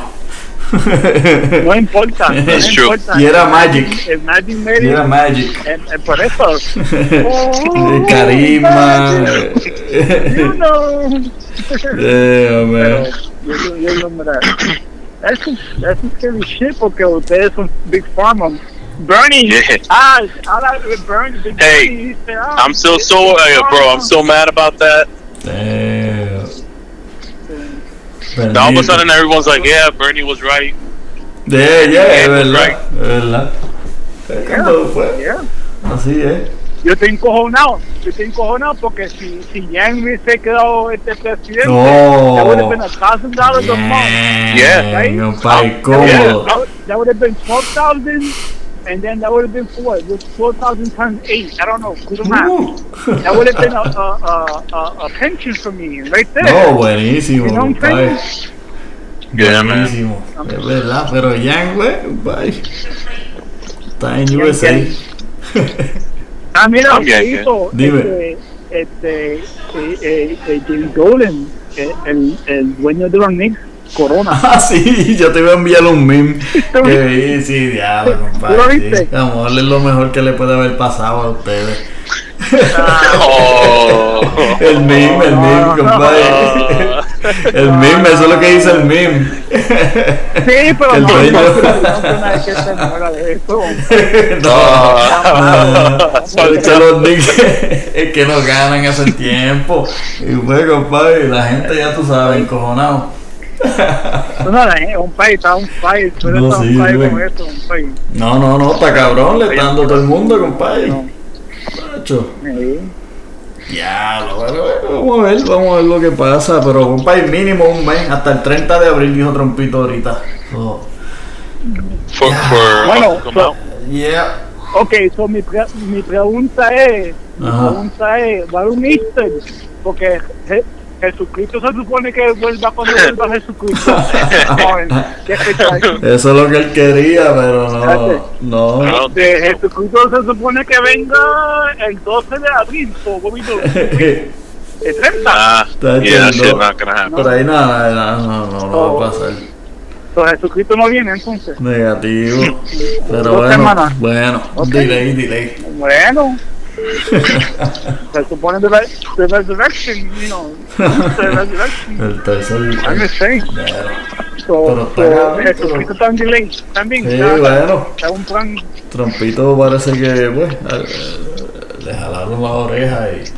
No importa. No It's true. importa. y era Magic, If magic made y it, era Magic, and, and por eso. el carisma, You know. yeah, man. Pero yo, yo, yo, mira, that's some, that's some scary shit porque ustedes son big pharma. Bernie, Yeah. ah, ahora Bernie, Big Hey, Bernie dice, ah, I'm still it's so big uh, bro. I'm pharma. so mad about that. Damn. Now all of a sudden everyone's like, yeah, Bernie was right. Yeah, yeah, es Yeah, verdad, right. es verdad. Es cuando fue, Yeah. así es. Yo estoy encojonado, yo estoy encojonado porque si, si Yang hubiese quedado este presidente, No. that would have been a thousand dollars a month. Yeah, right? Compadre, That would- cómodo. that would- That would have been twelve thousand and then that would have been for what? It was four thousand times eight. I don't know. Do the math. Uh. That would have been a, a, a, a, a pension for me right there. No, buenísimo, You know what I'm compadre. saying? Yeah, man. Buenísimo. Es verdad, pero Yang, güey, compadre. Está en Yang, U S A. Yang. Ah, mira, También, ¿qué hizo? Dime. Este, este, eh, eh, eh, James Dolan, eh, el, el dueño de los Knicks, Corona. Ah, sí, yo te iba a enviar un meme que vi, sí, diablo, compadre. ¿Tú lo Sí. viste? Vamos, es lo mejor que le puede haber pasado a ustedes. Oh. El meme, el meme, compadre. El meme, eso es lo que dice el meme. Sí, pero El no, dueño. no, no, no, no hay que se muera de eso. No, no, los Knicks es que no ganan hace tiempo. Y pues, compadre, la gente ya tú sabes, encojonado. No, no, es un país, está un país, tú eres No, un sí, país güey. con esto, un país. No, no, no, está cabrón, le está dando todo el mundo, compadre. No. Macho. Sí. Ya, bueno, bueno, vamos a ver, vamos a ver lo que pasa. Pero, compadre, mínimo un mes, hasta el treinta de abril, dijo Trompito ahorita. So, For, for Bueno, us to come out. yeah. Ok, so mi, pre mi pregunta es, mi Ajá. pregunta es, ¿va a haber un Easter? Porque Je Jesucristo se supone que vuelva cuando vuelva Jesucristo. No, ¿qué fecha hay? Eso es lo que él quería, pero no. No. No, De Jesucristo se supone que venga el doce de abril, o poquito, el treinta. nah, Está yeah, that echando. shit not gonna happen. Por ahí nada, nada, no, no, no va a pasar. So, Jesucristo no viene entonces. Negativo. Pero Dos bueno, semanas. bueno, Ok. delay, delay. Bueno, se supone de the resurrection, you know, the resurrection. El tercer. I'm just saying. Bueno. So, Pero está so, cabrón, Jesucristo pero- está en delay también. Sí, está, bueno. está un plan. Trompito parece que, pues, eh, le jalaron las orejas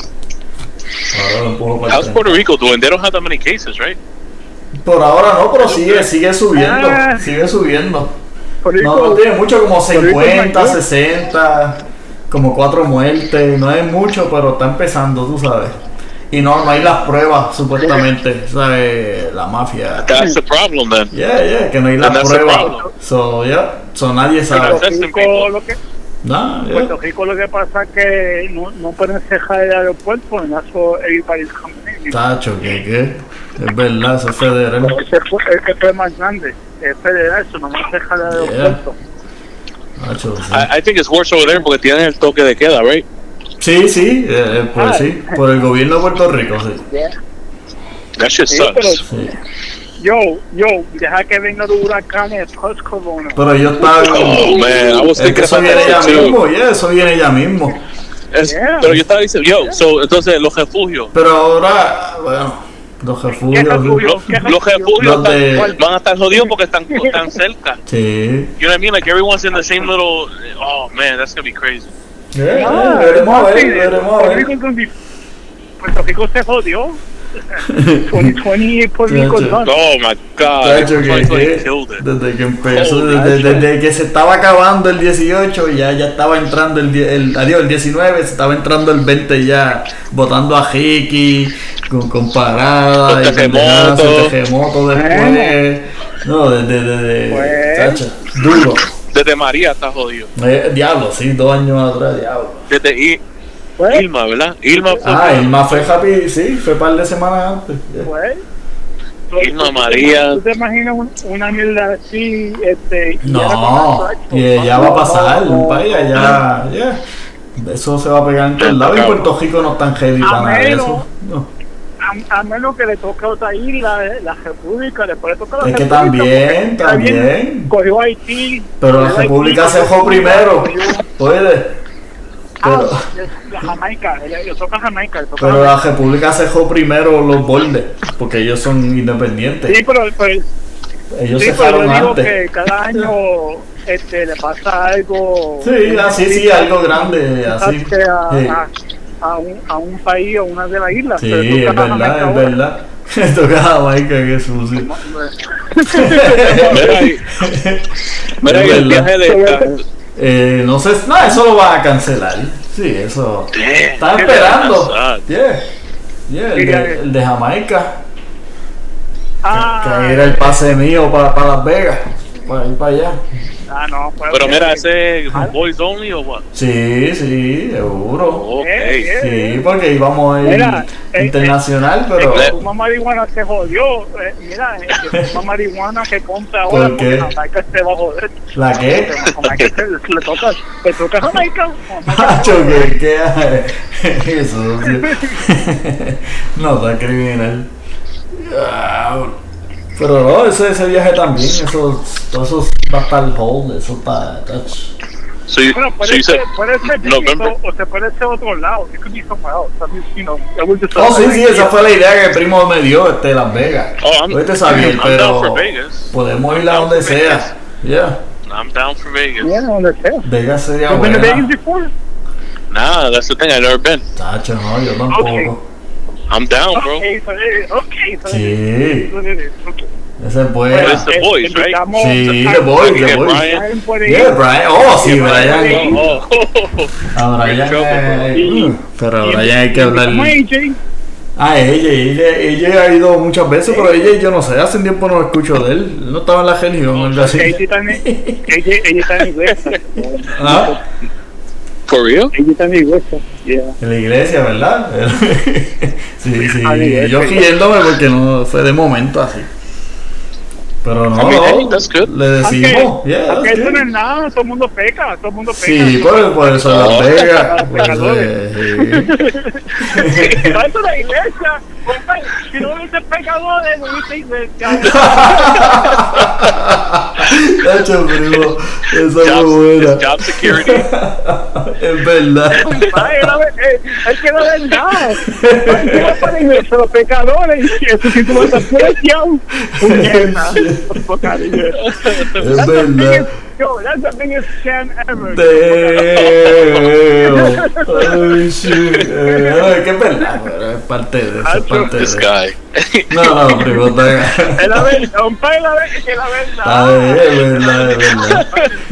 y ahora lo empujo para el How's tren. Puerto Rico doing? They don't have that many cases, right? Por ahora no, pero sigue, sigue subiendo, Ah. sigue subiendo. Por No, no eso, tiene mucho, como Rico es cincuenta, mayor. sesenta, como cuatro muertes, no es mucho, pero está empezando, tú sabes. Y no, no hay las pruebas, supuestamente, ¿sabes? La mafia. That's the problem then. Yeah, yeah, que no hay And las that's the pruebas. problem. So, yeah, so nadie sabe. Puerto Testing Rico, people. lo que, Nah, yeah. Puerto Rico lo que pasa es que no, no pueden cerrar el aeropuerto, and that's what everybody's coming in. Tacho, ¿qué, qué? Es verdad, eso es federal. Ese fue, ese fue más grande, es federal, eso no va a cerrar el aeropuerto. Tacho, sí. I, I think it's worse over there porque tienen el toque de queda, right? Sí, sí, eh, pues Ah. sí, por el gobierno de Puerto Rico, sí. Yeah. That shit Sí, sucks. pero sí. yo, yo, deja que venga el huracán post-corona. Pero yo estaba... Oh man, I was Es que thinking eso about viene ya that shit too. mismo, yeah, eso viene ya mismo. Es- Yeah. Pero yo estaba diciendo, yo, so, entonces los refugios. Pero ahora, bueno, los ¿Qué refugios... refugio? Los, ¿Qué los refugio? refugios Los de- están- van a estar jodidos porque están, están cerca. Sí. You know what I mean? Like everyone's in the same little. Oh man, that's gonna be crazy. Yeah, Ah, veremos a ver, sí, veremos a Puerto ver. Rico es donde- Puerto Rico se jodió. veinte veinte Puerto Rico Tacho. done. Oh my god, Tacho, que- twenty twenty que killed it. desde que empezó, Oh, desde, tacho. desde que se estaba acabando el dieciocho, ya, ya estaba entrando el, die- el, adiós, el diecinueve, se estaba entrando el veinte ya, votando a Ricky, con, con parada, Los y pendejadas, terremotos. el terremoto después, no, desde, desde, Pues. tacho, duro, Desde María está jodido. Eh, diablo, sí, dos años atrás, diablo. Desde I- Pues, Irma, ¿verdad? Irma fue. Ah, Irma fue happy, sí, fue un par de semanas antes. yeah. pues. Irma María. ¿Tú te imaginas un- una mierda así? Este, y era No, con- y ya va a pasar, No, no, vaya, no. ya, ya. Eso se va a pegar en todos lados y Puerto Rico no están heavy A para nada de menos- eso. No. A, a menos que le toque a otra isla, eh, la República, después le toca a la Es que República, también, porque también. Cogió Haití. Pero la cogió República Haití, se dejó cogió- primero, cogió- puede. Ah, Pero, la Jamaica, le, le toca a Jamaica. Le toca pero a la Jamaica. República se dejó primero los bordes, porque ellos son independientes. Sí, pero, pero, Ellos sí, se pero yo dejaron digo antes. que cada año este, le pasa algo. Sí, así, sí, algo grande, así. Hace A, Sí. a, a, un, a un país o una de las islas. Sí, pero es toca a verdad, Jamaica es ahora. verdad. Toca a Jamaica, que sucio. Mira ahí, mira ahí Es el verdad. viaje de. Eh, no sé, no, eso lo van a cancelar. Sí, eso. Están esperando. Yeah. Yeah, el, de, el de Jamaica. Ah, Que era el pase mío para, para Las Vegas. para ir para allá. Ah, no. Pues, Pero mira, eh, ese ah. boys only o what? Sí, sí, seguro. Ok. Eh, eh. Sí, porque íbamos a ir Mira, eh, internacional, El pero... que fuma marihuana se jodió. Eh, mira, el que fuma marihuana que compra ahora ¿Por porque qué? Jamaica se va a joder. ¿La qué? Jamaica se, le toca, le toca a Jamaica. Jamaica Macho, se va a joder. ¿qué, qué hay? Eso, sí. No, está criminal. Ah, pero no, ese, ese viaje también, eso, todo eso va a estar hold, eso está... touch. So you, Bueno, so puede you said ser, puede ser November? México o se puede ser otro lado. It could be somewhere else. I mean, you know, it was just Oh, sí, sí, esa fue la idea que el primo me dio, este, Las Vegas. Oh, I'm, Oíste, Xavier, I'm pero down for Vegas. podemos ir a I'm donde down for sea. Vegas. Yeah, I'm down for Vegas. Yeah, donde sea. Vegas sería You've been to Vegas buena. before? Nah, that's the thing. I've never been. Tacho, no, yo tampoco. Okay. I'm down, bro. Okay, so it is. Okay, so Sí. it is. So it is. Okay. Esa es But buena. it's the boys, right? Invitamos Sí, a- The Boys, The Yeah, Boys. Brian. Brian puede ir. Yeah, Brian. Oh, sí, Yeah, Brian. Brian. Oh, oh, A Brian, trouble, eh, bro. mm, pero a Y- Brian hay que hablar. invitamos a A J. Ah, ella, ella, ella ha ido muchas veces, pero ella yo no sé, hace tiempo no escucho de él. Él no estaba en la religión, algo así. Ella está en, ella, ella está en iglesia. Ah, For real? Ella está en iglesia. Yeah. en la iglesia, ¿verdad? Sí, sí, A la iglesia. yo riéndome porque no fue de momento así. Pero no, I mean, hey, no, that's good. le decimos, yeah, Aunque that's eso no es good. nada, todo el mundo peca, todo el mundo peca. Sí, por, por eso Las Oh. Vegas. Por eso, Pecadores. sí. Tanto la iglesia, compa, si no hubiese pecadores, no hubiese iglesia. Tacho, primo, esa fue Job, buena. it's job security. Es verdad. Ay, la ve- eh, Es que la verdad, ay, que va para la iglesia, los pecadores, y eso sí tú vas a apreciado. Puñeta, porcaria. Es That's the biggest, verdad. yo, that's the biggest scam ever. Damn. Ay, shit. Eh, no, es que es verdad, pero es parte de eso, es parte This de guy. No, no, primo, está Es la verdad, compa, es la verdad, es la Está verdad. bien, es verdad, es verdad.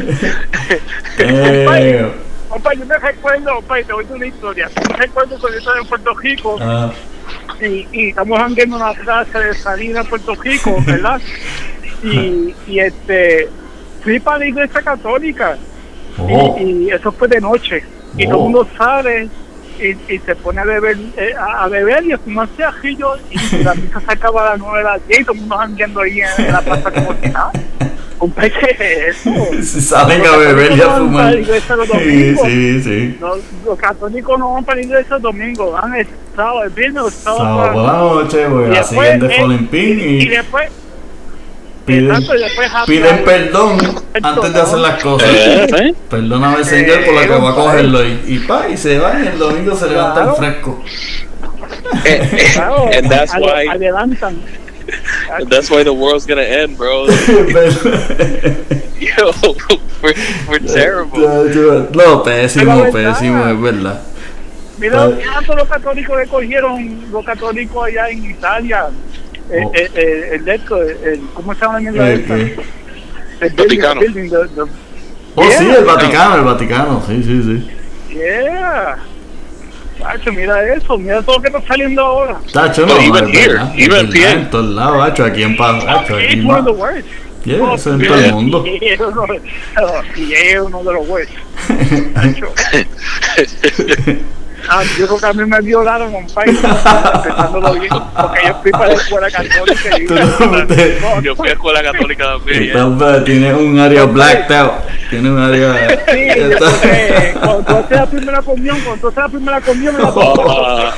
Damn. Compa, yo me recuerdo, compa, te voy a decir una historia. Me recuerdo cuando yo estaba en Puerto Rico Ah, y, y estamos jangueando una clase de salida en Puerto Rico, ¿verdad? Y, y este, fui para la iglesia católica oh, y, y eso fue de noche. Y Oh. todo el mundo sale y, y se pone a beber, eh, a, a beber y a fumar cigarrillos y la misa se acaba a las nueve de la diez y todo el mundo jangueando ahí en, en la plaza como si nada. Compa, ¿qué es eso? si salen a beber y a fumar. La iglesia los Sí, domingos. sí, sí. Los, los católicos no van para la iglesia el domingo, van el sábado, el viernes o el sábado. Sábado por la noche, voy Y a la después, siguiente eh, Fallen Pin y, y y después, piden, exacto, y después happy piden hour. perdón antes de hacer las cosas. Eh, eh. Perdóname, Señor, por la que va a Eh, cogerlo. Y, y pa, y se va y el domingo se levanta el Claro. fresco. Claro, And that's ade- why adelantan. that's why the world's gonna end, bro. Yo, we're, we're terrible. No, pésimo, Es la verdad. pésimo, es verdad. Mira, Ah. mira todos los católicos que cogieron, los católicos allá en Italia. Eh, Oh. eh, eh, el esto, el, ¿cómo se llama la mierda Eh, esta? eh. El Vaticano. building, the- the- Oh, sí, Yeah. el Vaticano, el Vaticano, sí, sí, sí. Yeah. Macho, mira eso, mira todo lo que está saliendo ahora. Tacho, no, But even es here, verdad, es even verdad, P M. en todos lados, Hacho, aquí en Paz, Hacho, aquí It's más. one of the worst. Yeah, eso en Yeah. todo el mundo. Y es uno, y es uno de los worst. Macho. Ah, yo creo que a mí me violaron un país, pensándolo bien, porque yo fui para la escuela católica y Tú no te- Yo fui a escuela católica también. yeah. Estás- Tienes un área blacked out. Tienes un área. sí, porque cuando tú haces la primera comunión, cuando tú haces la primera comunión, me la pongo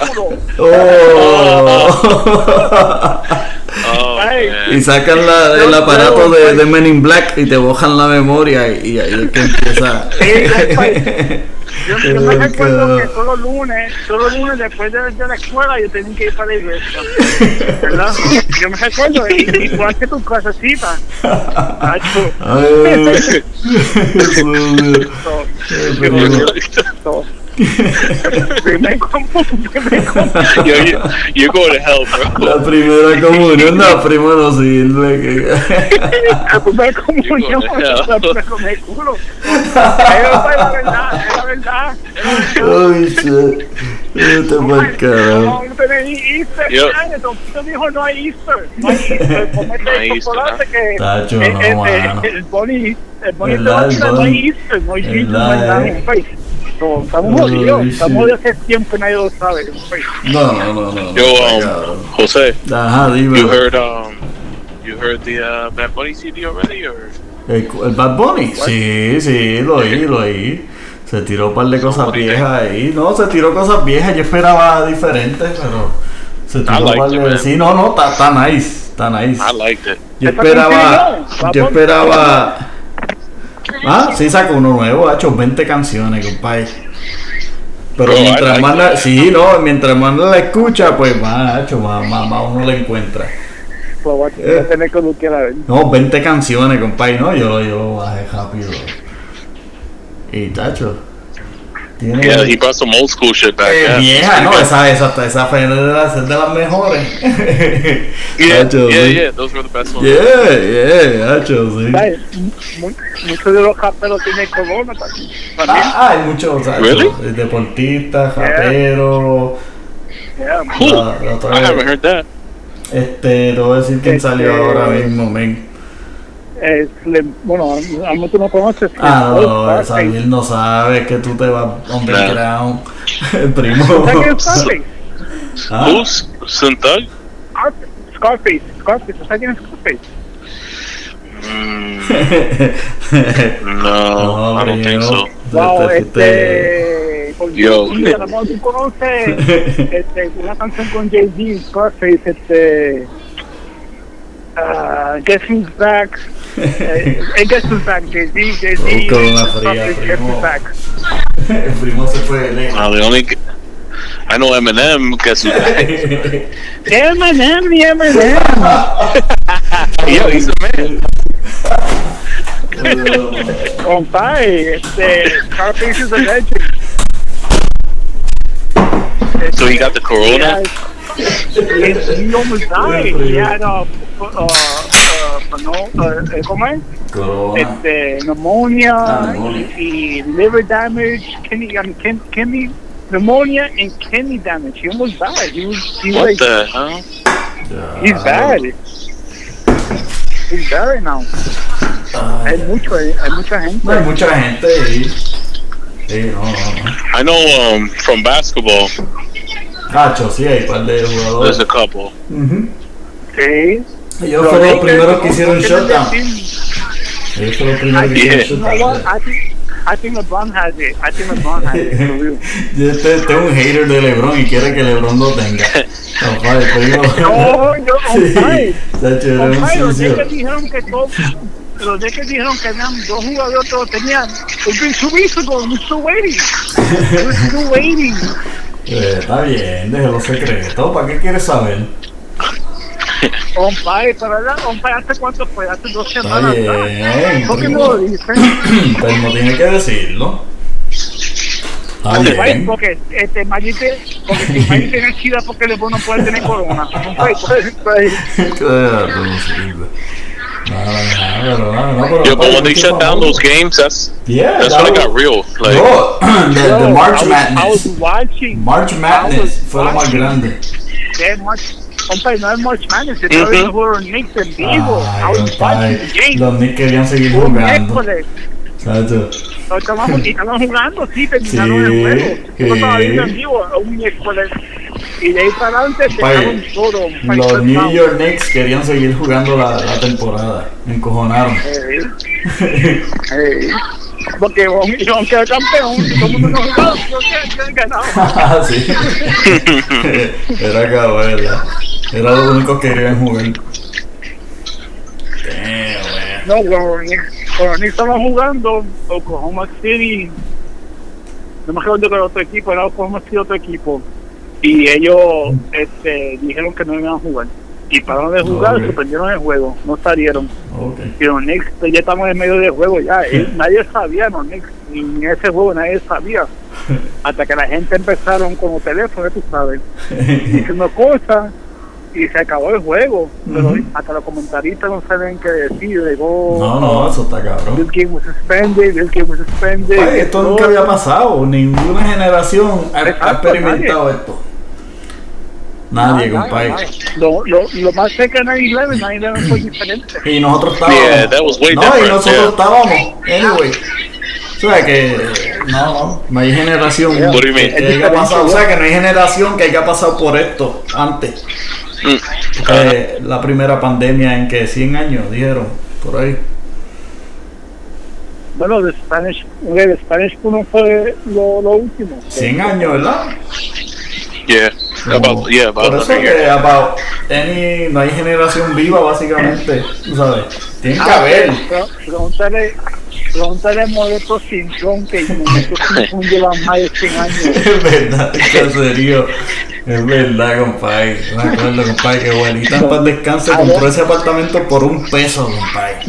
Oh. Oh, Ay. man. Y sacan la, el aparato de, de Men in Black y te bojan la memoria y, y ahí es que empieza. Yo, yo me recuerdo que todos los lunes, todos los lunes después de, de la escuela yo tenía que ir para la iglesia, ¿verdad? Yo me recuerdo, y, y tú haces tus clasecitas. Macho. Ay, Jesús mío. So, Eh, pero- so, primer común, primer común. Yo, you, you're going to hell, bro. La primera comunión, no, primo, no sirve. Que... La primera comunión, la primera con el culo. Pero es la verdad, es la verdad. Ay, shit. Este pa'l carajo. No tenéis Easter. Yo- Don Tito dijo no hay Easter. No hay Easter. Comete No hay el Easter, chocolate que Tacho, el, no, el, mano. el, el Bonnie, el Bonnie te ¿Verdad, va a el tirar, no Bonnie? hay Easter, no hay Easter, no hay ¿Verdad, nada. eh? So, estamos Uy, jodidos. shit. Estamos de hace tiempo y nadie lo sabe. Pues. No, no, no, no. Yo, no, um, cabrón. Jose, Ajá, dime. you heard um, you heard the uh, Bad Bunny C D already, or ¿El, el Bad Bunny? Sí, sí, lo oí, lo oí. Se tiró un par de cosas viejas ahí. No, se tiró cosas viejas. Yo esperaba diferentes, pero se tiró un liked par it, de. man. Sí, no, no, está, está nice. Está nice. I liked it. Yo ¿Está esperaba. contigo? Yo esperaba. Ah, sí, sacó uno nuevo. Ha hecho veinte canciones, compadre. Pero Bro, I mientras like más la, it. sí, no, mientras más la escucha, pues más, hecho, más, más, más uno la encuentra. Pues voy a voy a tener que buscar a ver. No, veinte canciones, compadre, no, yo, yo lo bajé rápido. Y tacho, tiene Yeah, he brought some old school shit back. eh, Yeah, vieja, no, Yeah. esa, esa, esa fue de las, de las mejores. Yeah, Tacho, yeah, sí. yeah. Those were the best ones. Yeah, yeah, tacho, sí. ¿Sabes? Mu- Muchos de los raperos tienen corona también. También. Ah, hay muchos, tacho, Really? deportistas, raperos. Yeah. Who? la- la otra I vez, haven't heard that. Este, te voy a decir quién Este- salió ahora mismo, men. Es le- bueno, a mí tú no conoces. Ah, no, no, Scarface. Xavier no sabe que tú te vas underground. El primo. ¿Sabes quién es Scarface? Ah, Who's Slim Thug? Scarface. Scarface. Scarface. ¿Sabes quién es Scarface? Mm, no, no, I don't think so. Wow, este, este. Con Yo. Jay-Z, a lo mejor tú conoces este, una canción con Jay-Z, Scarface, este. Uh, Guess Who's Back. Eh, eh, Guess Who's Back, Jay-Z, Jay-Z. Oh, corona fría, Scarface, Guess primo. Who's Back. el primo se fue lejos. Uh, the only g- I know Eminem. Guess who's back? Eminem, the Eminem. Yo, he's a man. Compadre, este. Scarface is a legend. So he got the corona. He almost died. He had a, uh, uh, no, uh, ¿cómo es? Corona. Este, pneumonia Ah, pneumonia. y, y liver damage, kidney, I mean, kin- kidney, pneumonia and kidney damage. He almost died. He was, he was What like, the hell? Ya. he's bad. He's bad right now. Ah, Hay mucho, hay, hay mucha gente. no hay mucha gente ahí. Sí, no, no, no. I know um, from basketball, Cacho, sí, hay un par de there's jugadores. a couple. Ujú. Sí. Ellos fueron los primeros que hicieron shutdown. Ellos fueron los primeros que Yeah. hicieron You know what? shutdown. I think, I think LeBron has it. I think LeBron has it. For real. Yo este, este es un hater de LeBron y quiere que LeBron lo tenga. Compadre, el primo. No, yo, Sí, compadre. Tacho, era un Compadre, los sucio. Lakers dijeron que todos, los Lakers dijeron que eran dos jugadores que lo tenían. It's been two weeks ago, we're still waiting. We're still waiting. Eh, está bien, déjelo secreto. ¿Para qué quieres saber? Compadre, pero verdad, compadre, ¿hace cuánto fue? Hace dos Está semanas. ¿verdad? bien. ¿Por qué no primo. lo dicen? Pero no tiene que decirlo. Está Compadre, bien. porque este Mayite, porque si Mayite tiene chida, porque después no puede tener corona. Compadre, pues, pues, Claro, no sirve. Nada, nada, pero nada, no, pero. Yeah, but when compadre, they qué shut down favor. those games, that's Yeah, that's that when it was- got real. Like, Bro, the, the yo, March I was, I Madness. was watching. March Madness fue lo más watching. grande. de March, compadre, no es March Madness, Ujú. estaba viendo juego Knicks en vivo. I Ay, was compadre, watching the game. los Knicks querían seguir Un jugando. miércoles. Chacho. Lo Estaban, y estaban jugando, sí, terminaron Sí, el juego. Yo estaba viendo en sí. vivo un miércoles. Y de ahí para adelante Compadre, dejaron todo. Los New York Knicks querían seguir jugando la, la temporada. Me encojonaron. Eh, eh, porque iban a quedar campeón, y todo el mundo no jugaba, yo que han ganado. Ah, sí. Era cabrón, ¿verdad? Era lo único que querían jugar. Damn, man. No, cuando los Knicks cuando los Knicks estaban jugando, Oklahoma City, no me acuerdo que el otro equipo, era Oklahoma City otro equipo, y ellos este, dijeron que no iban a jugar. Y pararon de jugar, Ok. suspendieron el juego, no salieron. Ok. Y los Knicks, pues, ya estamos en medio del juego ya, eh, nadie sabía, los Knicks, ni en ese juego nadie sabía. Hasta que la gente empezaron con los teléfonos, tú sabes, diciendo cosas, y se acabó el juego. Pero Ujú. hasta los comentaristas no saben qué decir. Digo, No, no, eso está cabrón. This game was suspended, this game was suspended. Ay, esto nunca había pasado. Ninguna generación ha, ha Exacto, experimentado nadie. esto. Nadie, Nada, compadre. nada. Lo, lo, lo más cerca de nueve once, nueve once fue diferente. Y nosotros estábamos. Yeah, that was way no, different, y nosotros yeah. estábamos. Anyway. O sea que. No, no. No hay generación Yeah. What do you mean? que haya pasado. O sea que no hay generación que haya pasado por esto antes. Mm. Eh, la primera pandemia en que cien años, dijeron. Por ahí. Bueno, de Spanish, el Spanish uno fue lo, lo último. cien años, ¿verdad? Yeah, about yeah, about Por eso one hundred que years. about any, no hay generación viva básicamente, tú sabes. Tiene que Ah, haber. pero Pregúntale, pregúntale a Modesto Cintrón que Modesto Cintrón lleva más de cien años. Es verdad, en serio. Es verdad, compadre. Me acuerdo, compadre, que abuelita en paz descanse compró ese apartamento por un peso, compadre.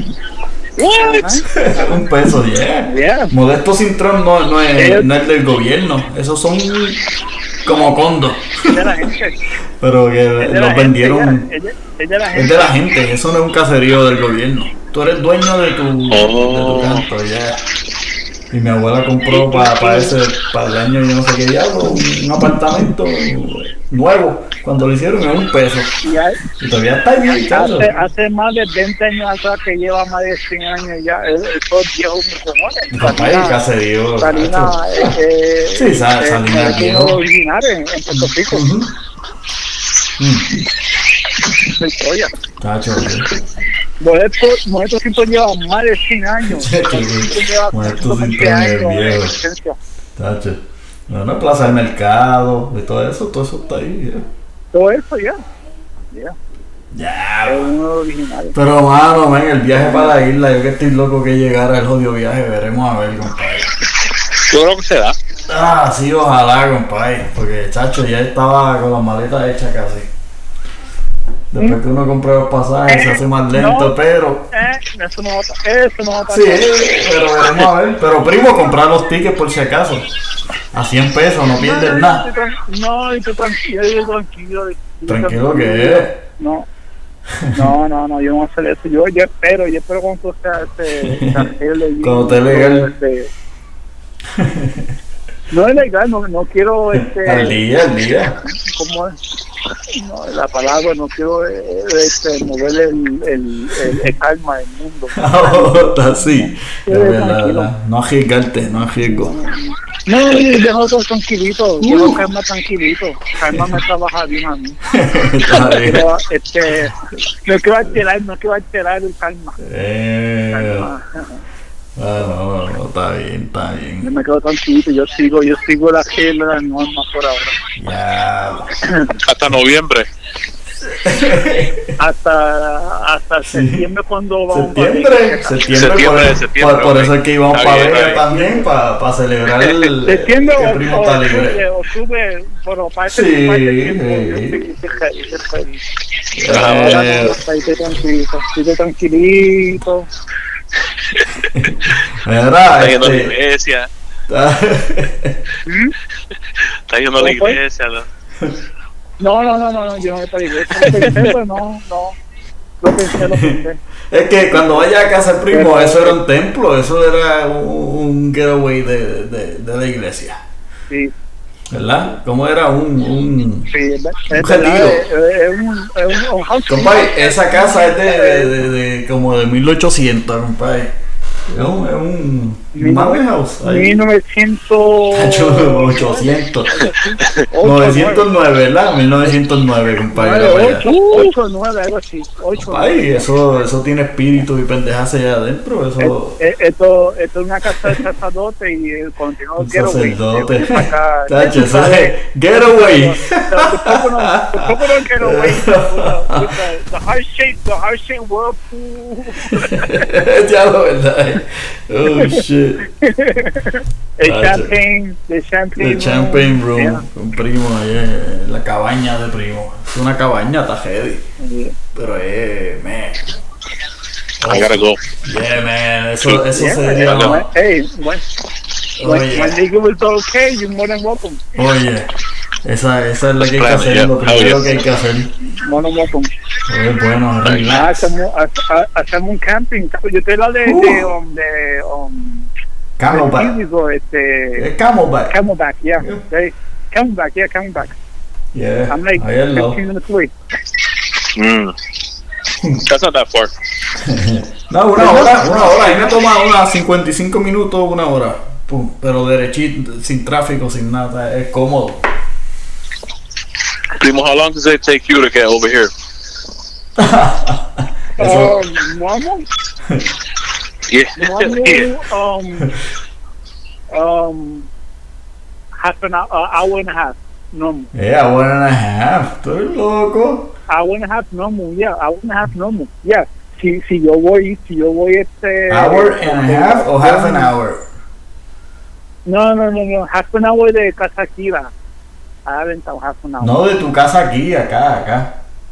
What? Un peso, yeah. Yeah. Modesto Cintrón no, no, es, no es del gobierno. Esos son como condos. Es de la gente. Pero que Es de la los gente, vendieron. ya, Es de, es de la Es gente. de la gente, eso no es un caserío del gobierno. Tú eres dueño de tu, Oh. de tu canto, ya. Y mi abuela compró para ese, para el año yo no sé qué diablo, un, un apartamento nuevo. Cuando lo hicieron era un peso. Y hay- Y todavía está allí, chacho. Hace, hace más de veinte años atrás que lleva más de cien años ya. Esos viejos Mi papá y el caserío. Salina, chacho. eh, Sí, Sa- eh, Salinas eh, viejo. originales en, en Puerto Rico. Ujú. Mm, Victoria. chacho, sí. Modesto, Modesto siempre lleva más de cien años. Sí, sí. Modesto lleva Modesto ciento veinte Cintrón es años viejo. en existencia. Chacho. Bueno, Plaza del Mercado y todo eso, todo eso está ahí, ya. Todo eso ya. Ya. Ya, Es uno de los originales. pero mano, man, el viaje para la isla, yo que estoy loco que llegara el jodido viaje, veremos a ver, compadre. Yo creo que se da. Ah, sí, ojalá, compadre, porque chacho ya estaba con las maletas hechas casi. Después que uno compra los pasajes se hace más lento, No. pero... Eh, eso no va a pa- eso no va a pasar. Sí, pero veremos a ver. Pero primo, comprar los tickets por si acaso. A cien pesos, no pierdes No, nada. estoy tran- No, estoy tranquilo, yo tranquilo. estoy Tranquilo que es. No. No, no, no, yo no voy a hacer eso. Yo, yo espero, yo espero cuando tú seas este, se arregle y- Cuando esté legal. este, no es legal, no, no quiero este, Al día, al día. ¿cómo es? No, la palabra, no quiero eh, este, mover el, el, el, el calma del mundo. Ahora sí. Sí, Es verdad, tranquilo. verdad. No arriesgarte, no arriesgo. No, dejo todo tranquilito, dejo calma tranquilito. Calma me trabaja bien a mí. Está bien. Pero, este, no quiero alterar, no quiero alterar el calma. Eh, Calma. ah, no, no, está bien, está Yo bien. me quedo tranquilito, yo sigo, yo sigo la regla de las normas por ahora. Ya. Hasta noviembre. Hasta, hasta Sí. septiembre cuando vamos Septiembre, septiembre, Septiembre, por, septiembre, por, por ok. eso es que íbamos Está para bien, Vega está también, para celebrar el septiembre que o, primo o está octubre, libre. octubre, pero para ese Sí, para ese tiempo, sí. yo estoy- estoy ready, estoy ready. Eh, Ahora no, estoy tranquilito, estoy tranquilito. Mira, Está yendo a la este, iglesia. ¿Mm? Está yendo a la ¿Cómo fue? iglesia. ¿no? No, no, no, no, no, yo no me paré. Lo pensé, pero no, no. Lo pensé, lo pensé. es que cuando vaya a casa el primo, Pero- eso era un templo, eso era un, un getaway de, de, de la iglesia, Sí, ¿verdad? ¿Cómo era? Un, un... sí, es ver- es retiro. verdad, es, es un, es un, un house. Compadre, esa casa es de, de, de, de como de mil ochocientos, compadre. Es un, es un manor house. ahí. mil novecientos. ochocientos. novecientos nueve, ¿verdad? mil novecientos nueve, compadre. era para allá. ocho, nueve, algo así. ocho, Ay, eso, eso tiene espíritu y pendejas allá adentro, eso... Esto, esto es una casa de sacerdote y el continuo Un sacerdote. Acá, Tacho, tú eso sabes, es getaway. The coconut, the coconut getaway with the, with the, the heart shape, the heart shape whirlpool. Ya lo verdad. Oh shit. El Tacho. champagne, the champagne The champagne room. Yeah. Un primo ahí, en la cabaña de primo. Es una cabaña, está heavy. Yeah. Pero eh, man. I gotta go. Yeah, man. Eso, eso Yeah, sería. yeah, when- hey, when, when, Oye. when they give it okay, you're more than welcome. Oye, Esa, esa es la que hay que Plan it, hacer, yeah. lo Hell primero yeah. que hay que hacer. Monomoto. Es bueno, Ah, relax. hacemos, ha- ha- hacemos un camping. Yo te la de, Uh. de, um, de, um, Camelback. de Easy, este, Es Camelback. Camelback, yeah. Yeah. They, Camelback, yeah, Camelback. Yeah, I'm like ahí al lado. fifteen minutes away. Mm. That's not that far. No, una hora, una hora. Ahí me toma unas cincuenta y cinco minutos, una hora. Pum, pero derechito, sin tráfico, sin nada. Es cómodo. Primo, how long does it take you to get over here? Eso, Um, normal, Yeah. yeah. normal, um, um, half an hour, uh, hour and a half, normal. yeah, one and a half. Estoy loco. Hour and a half normal, yeah, hour and a half normal, yeah. Si, si yo voy, si yo voy este... Hour and a half o half an hour? No, no, no, no, half an hour de casa aquí, va. I haven't done half an hour. No, de tu casa aquí, acá, acá.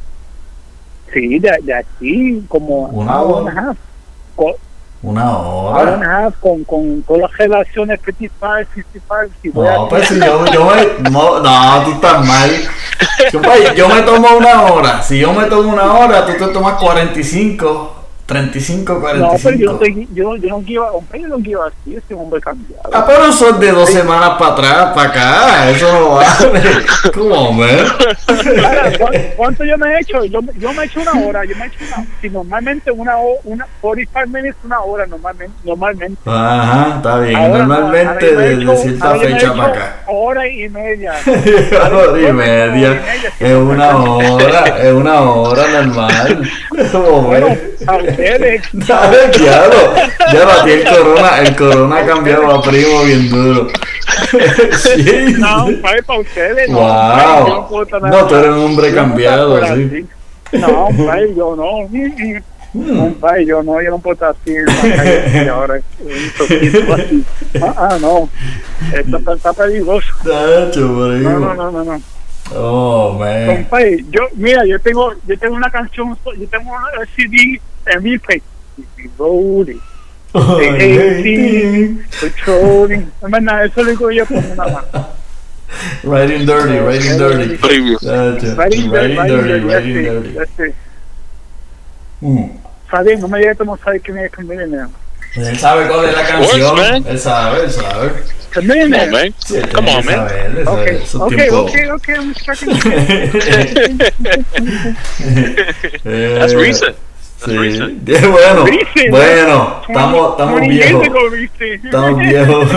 Sí, de, de aquí, como Una hour hora. and a half. Co- Una hour and a hora. half con, con todas las relaciones fifty-five, sixty-five. Si voy No, a- pues si yo, yo me. No, no, tú estás mal. Compadre, yo me tomo una hora. Si yo me tomo una hora, tú te tomas cuarenta y cinco. treinta y cinco, No, cuarenta y pero yo no, cinco. estoy, yo, yo no quiero, hombre, yo no quiero así, ese hombre cambiado. Ah, pero eso es de dos semanas para atrás, para acá. Eso no vale. ¿Cómo, man? Ahora, ¿cu- ¿Cuánto yo me he hecho? Yo, me- yo me he hecho una hora, yo me he hecho una, si normalmente una hora, una cuarenta y cinco minutos, una hora normalmente, normalmente. Ajá, está bien. Ahora no, Normalmente ahora yo me he de, hecho- de cierta ahora yo me he fecha hecho para acá. Hora y media. Hora y media. Es una hora, es una hora normal. ¿Cómo, Bueno, man? a ustedes. Dale, diablo. Ya batí el corona, el corona ha cambiado a primo bien duro. Sí. No, para, para ustedes. No, Wow. yo no puedo estar No, tú eres un hombre yo no cambiado, puedo estar sí. así. No, padre, yo no. No, padre, yo no, yo no puedo estar así en la calle así ahora. Un poquito así. Ah, ah, no. Esto está, está peligroso. Tacho, No, no, primo. no, no, no. Oh, man. Compadre, yo, mira, yo tengo, yo tengo una canción, yo tengo una C D en mi play. Rolling, Oh, eighteen, patrolling. En verdad, eso lo digo yo como una mano. Riding dirty, riding dirty. Preview. Tacho, Riding Riding dirty, riding dirty, dirty. that's it. Mm. Sabe, no me digas que no sabe quién es Chameleon. Él sabe cuál es la course, canción. man. Él sabe, él sabe. Come on, Chameleon. man. Sí, él Come tiene on, que man. saber, él sabe. Okay, Su okay, tiempo. okay, okay, I'm checking. Eh, That's recent. That's Sí. recent. Eh, bueno, Recent, bueno, estamos, estamos twenty viejos. years ago, ¿viste? Estamos viejos.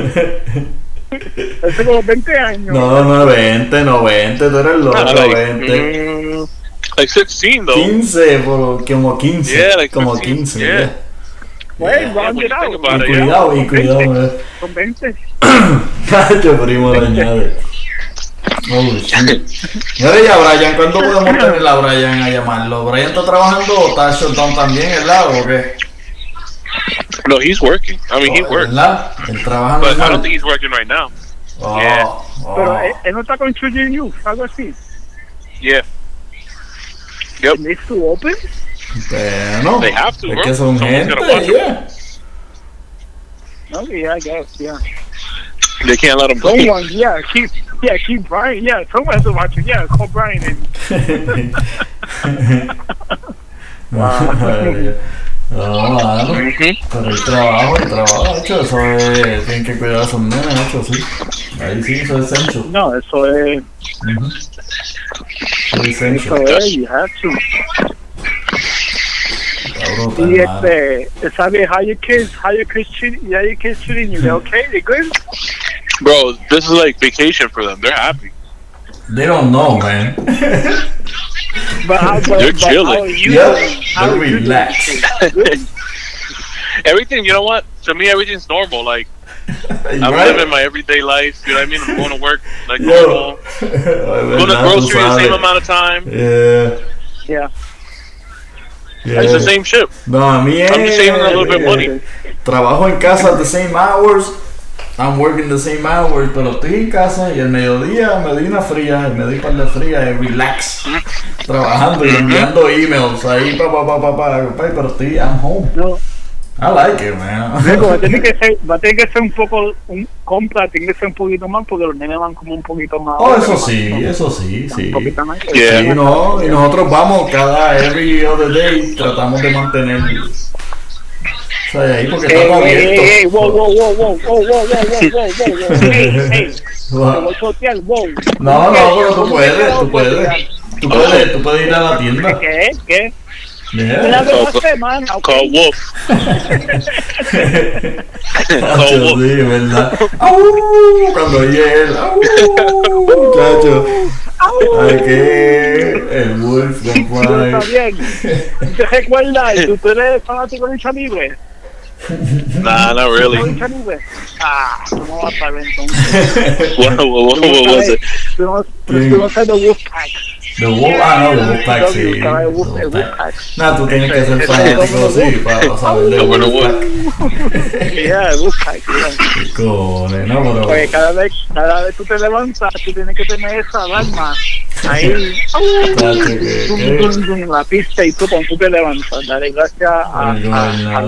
Hace como veinte años. No, no, veinte, no, veinte, tú eres loco, Nah, like, veinte. mm, like sixteen, though. quince, por, como quince. Yeah, like como fifteen, quince, yeah. yeah. Well, Yeah, round when it you think out. about Y it, yeah. cuidado, y Con cuidado, veinte. eh. Con veinte. Cacho, primo, le añade. Oh, shit. Mira, ya, Brian, ¿cuándo podemos tener a Brian a llamarlo? ¿Brian está trabajando o está shutdown también, verdad? ¿O qué? No, he's working. I mean, he Oh, works. ¿verdad? Él trabaja But I normal. don't think he's working right now. Oh, Yeah. oh. Pero él, él no está con Children Youth, algo así. Yeah. Yep. ¿Es to open? Bueno, They have to, es bro. que son Someone's gente, gotta watch 'em. yeah. Okay, I guess, yeah. They can't let him go. Someone, yeah, keep, yeah, keep Brian, yeah, someone has to watch it, yeah, call Brian and... No, mano. Mhm. Pero el trabajo, el trabajo, hecho, eso es. Tienen que cuidar a sus nenes, hecho, sí. Ahí sí, eso es essential. No, eso es, Ujú. Eso es eso essential. es, you have to. Está brutal, Y mano. este, ¿sabes? How your kids, how your kids treating, how your kids treating you? They okay? They good? Bro, this is like vacation for them. They're happy. They don't know, man. But how, but, They're but chilling. how are you Yeah, doing? How they're are you doing? relaxed. Good? Everything, you know what? To me, everything's normal. Like, I'm Right? living my everyday life. You know what I mean? I'm going to work like Yo. normal. Ay, Going to verdad, tú grocery the same sabes. amount of time. Yeah. Yeah. Yeah. It's the same shit. No, a mí es. I'm just saving a little bit of money. Trabajo en casa at the same hours. I'm working the same hours, pero estoy en casa y el mediodía me doy una fría, me doy par de fría y relax. Trabajando y enviando emails ahí, pa, pa, pa, pa, pa, pa, pero estoy, I'm home. No, I like it, man. Luego, va a tener que ser, va a tener que ser un poco, un compra, tiene que ser un poquito más porque los nenes van como un poquito más. Oh, eso sí, eso sí, sí. Un poquito más. Yeah. Sí, no, y nosotros vamos cada every other day, tratamos de mantener. O sea, ahí porque Ey, estamos ey, abiertos. ey, ey, wow, wow, wow, wow, wow, wow, wow, wow, wow, wow, ey, ey, te voy a chotear, wow. No, no, pero tú puedes, tú ¿Cómo puedes. que- Tú puedes, tú puedes ir a la tienda. ¿Qué? ¿Qué? Yeah. Una vez por semana, ok. Call Wolf. Chacho, sí, ¿verdad? ¡Au! Cuando oye él, ¡au! Chacho, hay que el Wolf Pero One está bien. ¿Te recuerdas? ¿Tú eres fanático de lucha libre? Nah, not ¿De really. lucha libre? Ah, no vas a saber entonces. What, what, what, Tú no what was sabes- it? Tú no, tú no sabes de Wolfpack. The Wolf, ah no, The Wolfpack, sí. El Wolf- el Wolfpack. Wolfpack. Nah, tú tienes que ser fanático, sí, para saber de Bueno, Wolfpack. Yeah, el Wolfpack, yeah. Cojones, no, pero... Porque cada vez, cada vez tú te levantas, tú tienes que tener esa alarma ahí, Chacho, que- dum, que- dum, dum, en la pista y tú cuando tú te levantas, dale gracias a, Ay, a, a, gobernador.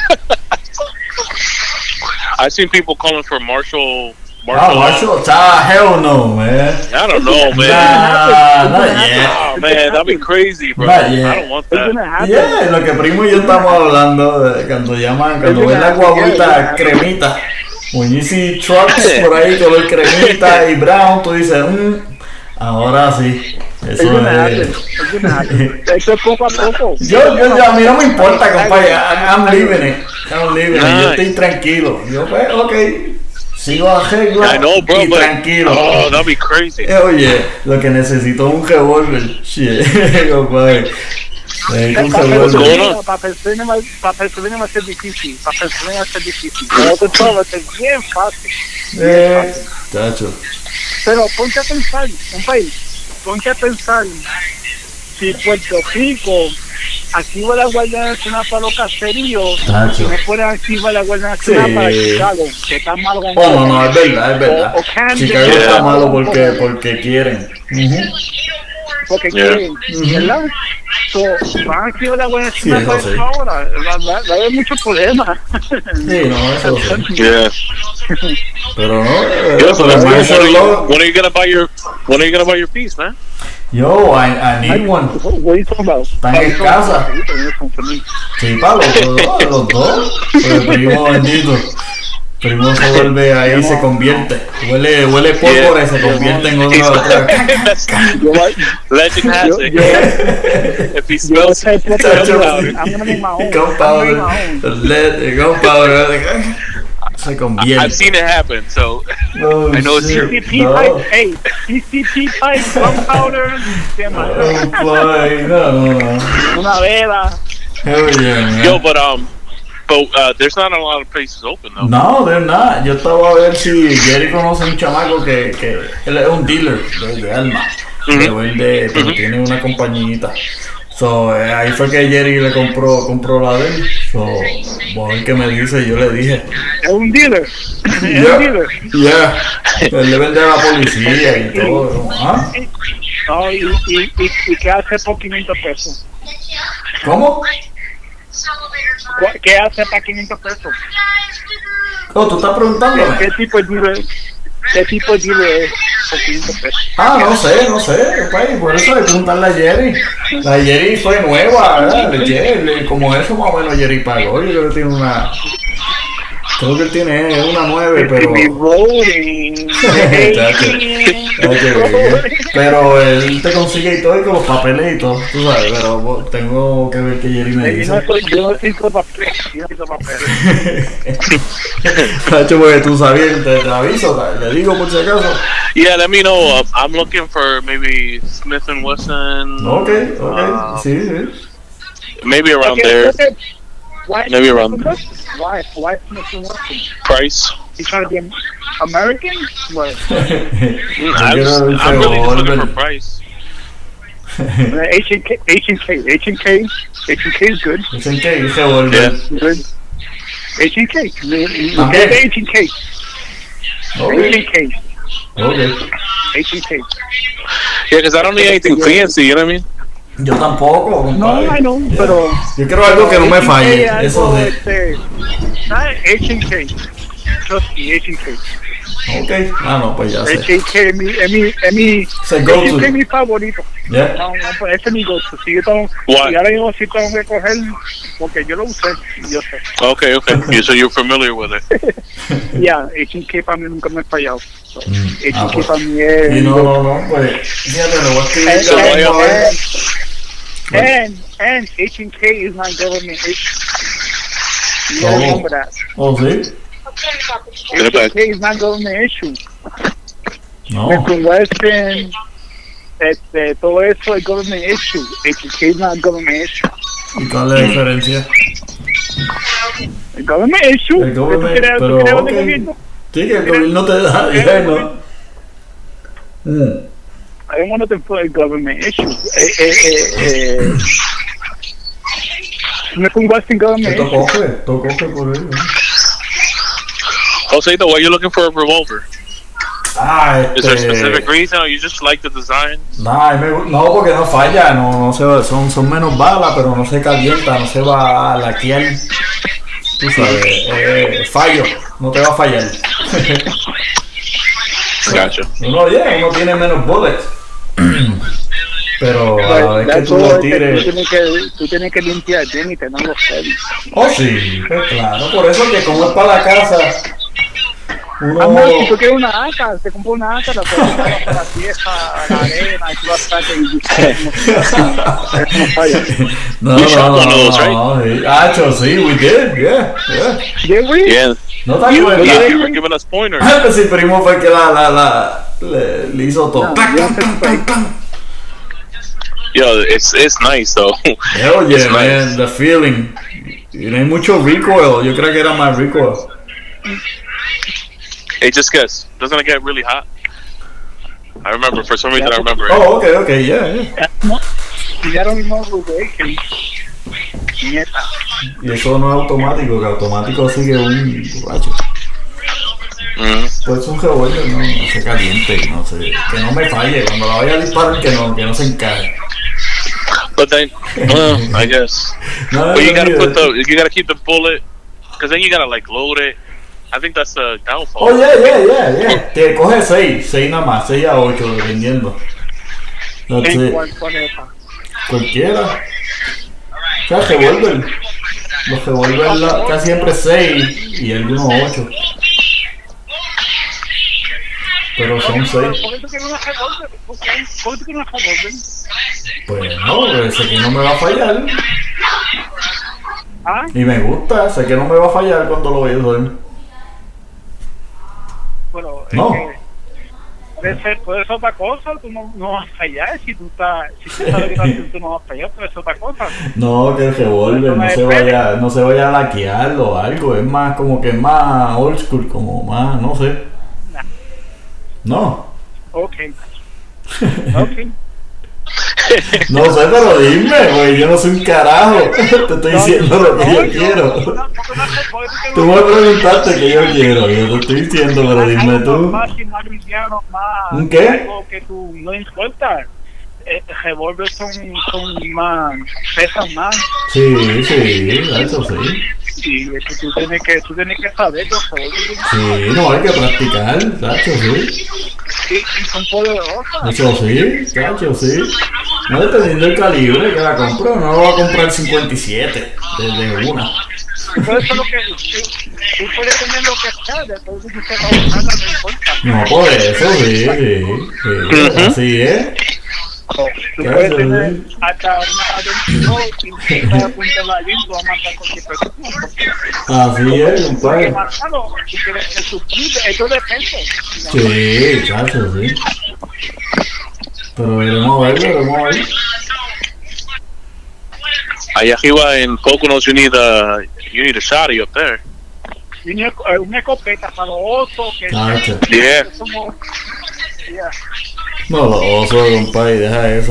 I've seen people calling for Marshall. Ah, Marshall, ah, hell no, man. I don't know, man. Nah, not yet. Oh, man, that'd be crazy, bro. Not yet. I don't want It's that. gonna happen. Yeah, lo que Primo y yo estamos hablando de cuando llaman, cuando ven la guaguita cremita. When you see trucks por ahí color cremita y brown, tú dices, mmm, ahora sí. It's Eso gonna es. happen. It's gonna happen. Eso es poco a poco. Yo, yo, yo, a mí no me importa, compadre. I- I'm living it. I'm living it. Yo Nice. estoy tranquilo. Yo, pues, ok. Sigo a arreglo I know, bro, y but tranquilo. oh, that'd be crazy. Eh, Oye, lo que necesito es un revólver. Shit, compadre. Necesito un Para What's going revólver. on? Para Pennsylvania va- para Pennsylvania va a ser difícil. Para Pennsylvania va a ser difícil. Para otro estado va a ser bien fácil. Eh, chacho. Pero ponte a pensar, compadre, ponte a pensar si Puerto Rico activa la Guardia Nacional para los caseríos, Tacho. si no puede activar la Guardia Nacional Sí. para Chicago, que está malo con Oh, no, no, es verdad, es verdad. O- o Kansas. Chicago Yeah. está malo porque, porque quieren. Ujú. porque Yeah. quieren, ¿verdad? So, van a activar la Guardia Sí, Nacional eso para sí. ahora, va, va- va a haber muchos problemas. Sí, no, eso sí. Yeah. Pero no, eh, Yo, pero so el when, martial are you, law. when are you gonna buy your When are you gonna buy your piece, man? Yo, I, I need one. What are you talking about? Están en casa. Sí, para los dos, los dos. Pero el primo bendito. Primo se vuelve ahí, se convierte. Huele, huele pólvora y se convierte en otra. otra. Yo, Legend has yo, it. yo, If he yo smells sé it, poco tell de him eso. about it. I'm gonna make my own. I'm gonna make my Gunpowder, own. lead, gunpowder. Se convierte. I've seen it happen, so No, I know it's shit, true. C C P no. pipe, hey, C C P pipe, gunpowder, ¿qué más? Oh, boy, no, no, no. Una vela. Hell yeah, man. Yo, but um, but uh, there's not a lot of places open though. No, they're not. Yo estaba a ver si Jerry conoce a un chamaco que, que él es un dealer de, de armas. Ujú. De vende, pero Ujú. tiene una compañita. So, eh, ahí fue que Jerry le compró, compró la de él. So, voy a ver qué me dice. Yo le dije, Es un dealer. Es un yeah, dealer. yeah. Él le vende a la policía y todo. ¿Ah? No, y, y, y, y ¿qué hace por quinientos pesos? ¿Cómo? ¿Cu- ¿Qué hace para quinientos pesos? Oh, tú estás preguntándome. ¿Qué tipo de dealer? ¿Qué tipo de dealer es por quinientos pesos? Ah, no sé, no sé, pues, por eso le preguntarle a Jerry. La Jerry fue nueva, ¿verdad? Le- Jerry, como eso más o menos Jerry pagó. Yo creo que tiene una. Creo que él tiene una nueve, pero. Mi rolling. Chacho, chacho, pero él te consigue y todo y con los papeles y todo, tú sabes, pero vos- tengo que ver qué Jerry me Yo no dice. soy, yo no necesito papel, yo no necesito papel. Chacho, porque tú sabías, te, te aviso, le digo por si acaso. Yeah, let me know. Uh, I'm looking for maybe Smith and Wesson. Ok, ok, uh, sí, sí. Maybe around Okay, there. okay. Why? Maybe around- Why? Why Smith and Wesson? Price. You trying to be American? What? Mm, I Yo was, quiero un I'm really just looking revólver. for price. H and K, H and K, H and K, H and K is good. Dicen que dice volver. Yeah. Good. H and K. Look Okay. at H and K. H Ok, and K. ok. H and K. Yeah, because I don't need anything fancy. You know what I mean? Yo tampoco, compadre. No, I know, Yeah. pero... Yo quiero algo que no me falle. H and K, Eso algo, sí. este, ¿sabes? H and K. Trust me, H and K. Ok. Ah, no, pues ya sé. H and K es mi, es mi, es mi, Se H go and K to. es mi favorito. Yeah. No, no, pues ese es mi go-to. Si yo tengo, Why? y ahora mismo sí tengo que coger, porque yo lo usé, y yo sé. Okay, okay. You so you're familiar with it. Ya, H and K para mí nunca me ha fallado. So, Mm, H ah, and K pues. para mí es... Y no, no, no, pues. Fíjate, lo voy a escribir. And, So ya why and, mismo, a ver. and, and, and H and K is not government issue. You gotta Oh. remember that. Oh, sí. H and K is not government issue. No. With Western, este, todo eso es government issue. H and K is not government issue. ¿Y cuál es la diferencia? El government issue. El government, ¿Tú quieres, pero, tú quieres ok. el gobierno? Sí, que el gobierno te da, ya, ¿no? Mm. I don't want to put a government issue. Eh, eh, eh, eh. No es un Western government Esto issue. coge, esto coge por ahí, ¿no? Joseito, why are you looking for a revolver? Ah, Is there a specific este... reason, or you just like the design? Nah, me gu- no, porque no falla, no, no se, son, son menos balas, pero no se calienta, no se va a laquear. Tú sabes, eh, fallo, no te va a fallar. Gotcha. Uno, yeah, uno tiene menos bullets. Pero a la vez que That's tú all, lo es que tires... Tú tienes que, tú tienes que limpiar bien y tenerlo ready. Oh, sí, pues claro, por eso que como es para la casa, uno... Amor, si tú quieres una haca, te compras una haca, la puedes llevar a la tierra, a la arena, y tú vas a estar y eso no falla. No, We no, shot no, one of those, no, sí. Hacho, sí, we did, yeah, yeah. Yeah, we, Yeah. No te You- acuerdas. Yeah, you were giving us pointers. Pues sí, primo fue el que la, la, la, le, le hizo todo. No, Tac, yo tac, sé tac, tac, tac. Yo, it's it's nice though. Hell It's yeah, nice. man, the feeling. Y no hay mucho recoil, yo creo que era más recoil. It just gets doesn't it get really hot? I remember for some reason I remember it. Oh, okay, okay, yeah, yeah. no, y ya ahora mismo Rubén, que nieta. Y eso no es automático, que automático sigue un borracho. Mhm. Pues un revólver no, no se caliente, no sé, que no me falle, cuando la vaya a disparar que no, que no se encaje. But then, well, I guess. No, But you no, gotta no, put the you gotta keep the bullet, because then you gotta like load it. I think that's the downfall. Oh, yeah, yeah, yeah, yeah. Que coge seis, seis nada más, seis a ocho, dependiendo. That's ¿En it. cuál, cuál es esa? Cualquiera. O sea, revólver. Los revólver la- casi siempre seis y algunos ocho. Pero son seis. ¿Por qué tú quieres una revólver? ¿Por qué? ¿Por qué tú quieres una revólver? Pues no, sé que no me va a fallar. ¿Ah? Y me gusta, sé que no me va a fallar cuando lo voy a usar. Bueno, es No. que puede ser, puede ser otra cosa, tú no, no vas a fallar. Si tú, estás, si tú sabes que estás haciendo, tú no vas a fallar, puede ser otra cosa. No, que el revólver no se vaya, no se vaya a laquear o algo. Es más como que más old school, como más, no sé. No. Ok. Ok. No sé, pero dime, güey, yo no soy un carajo. Te estoy diciendo lo que No, yo no, quiero. no, porque una- porque Tú me preguntaste que yo quiero, yo te estoy diciendo, pero hay dime unos tú. Más, más livianos, más. ¿Un qué? Algo que tú no importa. Eh, revólver son, son más. Pesan más. Sí, sí, eso sí. Y es que tú tienes que, tú tienes que saber los revólveres. Sí, no hay que practicar, Tacho, sí. Y, y son poderosas. Eso sí, Tacho, sí. No dependiendo del calibre que la compro, no lo voy a comprar cincuenta y siete desde una. Todo eso es lo que. Tú, tú puedes tener lo que sea, después de que usted va a usarla, no importa. No, por eso, sí, sí, sí, así es. Tú Claro, puedes tener sí. hasta una veintidós y si te apunta la línea, tú vas a matar cualquier persona. Así es, Porque compadre. matarlo, tú quieres el suplible, eso depende. Sí, Tacho, sí. Pero veremos a ver, veremos a ver. Allá arriba en Poconos, you need a you need a shotty up there. Y una, eh, una escopeta para los osos que Tacho. Yeah. que somos. Yeah. No, los osos, compadre, deja eso.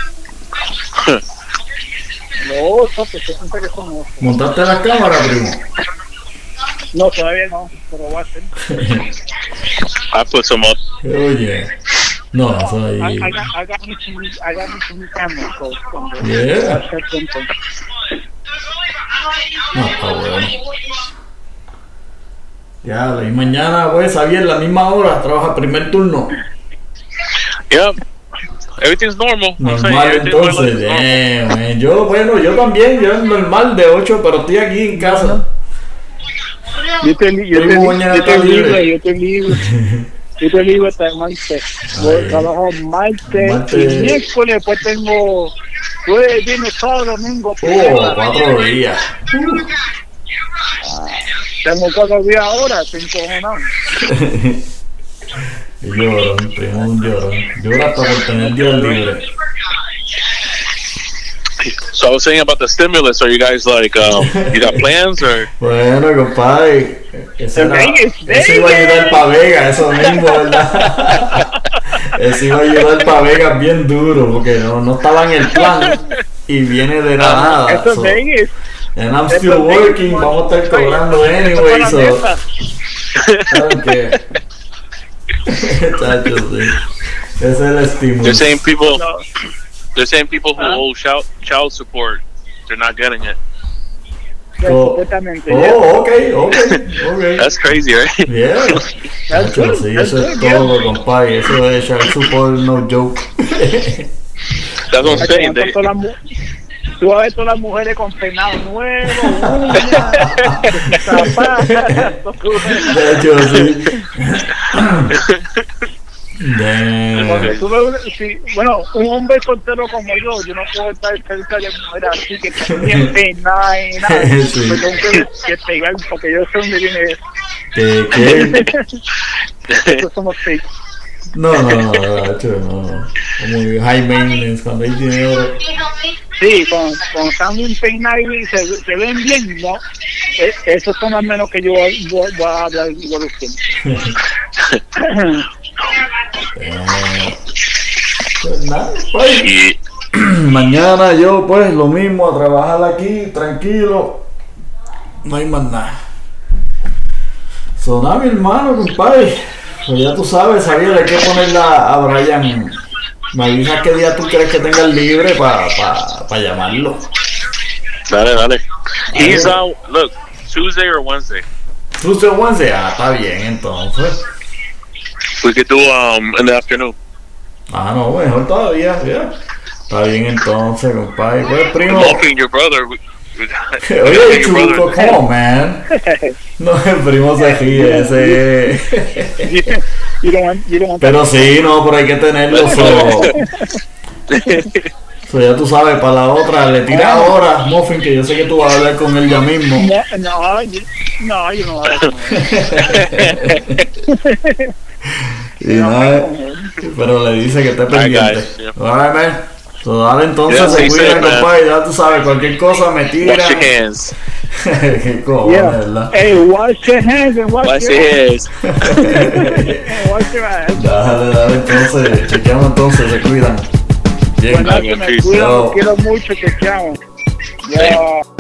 Los osos que se piensa que son osos. ¿Montaste las cámaras, primo? No, todavía no, pero voy a hacer. I put some up. Oye. No, eso I, ahí. I got, I got me some, I got me some cameras, so, so Yeah. I'll check them from- No, está bueno. Ya, y mañana voy a salir en la misma hora, trabaja primer turno. Yep. Everything's normal. I'm saying Normal everything in my life entonces, is normal. damn, man. Yo, bueno, yo también, yo es normal de ocho, pero estoy aquí en casa. Yo estoy, li- yo Tengo estoy, mañana yo estoy está libre. libre, yo estoy libre. Yo estoy libre hasta el martes. Yo Ay. trabajo martes, Martes. y miércoles, después tengo jueves, viernes, sábado, domingo. Oh, cuatro días. Tengo cuatro días ahora, cinco jornadas. Y llorón, primo, un llorón. Llora hasta por tener días libres. So I was saying about the stimulus. Are you guys like, um, you got plans or? Bueno, compadre, ese, era, Vegas, ese iba a ayudar para Vegas, eso mismo, ¿verdad? Ese iba a ayudar para Vegas bien duro, porque no, no estaba en el plan y viene de la nada. Esto es So, Vegas. and I'm Esto still es Vegas, working, man. vamos a estar cobrando anyway, Esto so, es para la mesa. ¿saben qué? Chacho, sí. Ese es el estímulo. They're saying people. No. They're saying people who Huh? owe child child support, they're not getting it. Oh, Supuestamente, oh, okay, okay, okay. That's crazy, right? Yeah. That's Chacho, good, sí, that's eso es good, todo, compadre. Eso es child support, no joke. That's what I'm ya. saying. They, Todas las mu- Tú vas a ver todas las mujeres con peinado nuevo, uñas, zapatos. Chacho, sí. Damn. Cuando tú ves una- sí, bueno, un hombre soltero como yo, yo no puedo estar cerca de mujeres así que también peinada y nada. Sí. Me tengo que, que pegar porque yo sé dónde viene eso. ¿Qué, qué? Nosotros somos fake. No, no, no, Chacho, no, no. Como high maintenance, cuando hay dinero. Sí, cuando, cuando están bien peinados y se, se ven bien, ¿no? Eh, esos son al menos que yo voy, voy a hablar igual de usted. Eh, pues nada, pues. Shit. Mañana yo pues lo mismo, a trabajar aquí, tranquilo. No hay más nada. Soná mi hermano, compadre. Pues ya tú sabes, sabía de qué ponerla a Brian. Me avisas qué día tú crees que tengas libre para pa, pa llamarlo. Dale, dale. He's out. Look, Tuesday or Wednesday. Tuesday o Wednesday, ah, está bien entonces. We could do um in the afternoon. Ah, no, mejor todavía, ya. Está bien entonces, compadre. Pues primo. Walking your brother. We, we got, we Oye, got your Chuco, brother. come on, man. No, el primo se ríe, ese. You don't want, you don't want Pero sí, no, pero hay que tenerlo. So, so ya tú sabes, para la otra, le tiras ahora, Muffin, que yo sé que tú vas a hablar con él ya mismo. No, no, yo, no, yo no voy a comer. Y nada, pero le dice que esté pendiente. guys, yeah. Alright, man. So, dale entonces, Yeah, se he cuidan, said, man. compadre. Ya tú sabes, cualquier cosa me tira. Wash your hands. Qué cojones, Yeah. ¿verdad? Hey, wash your hands and wash, Wash your your hands. and wash your hands. Dale, dale, entonces, chequeamos entonces, se cuidan. Bien. Bueno, Dale, que me peace. cuido, Yo. los quiero mucho, que chao. Ya.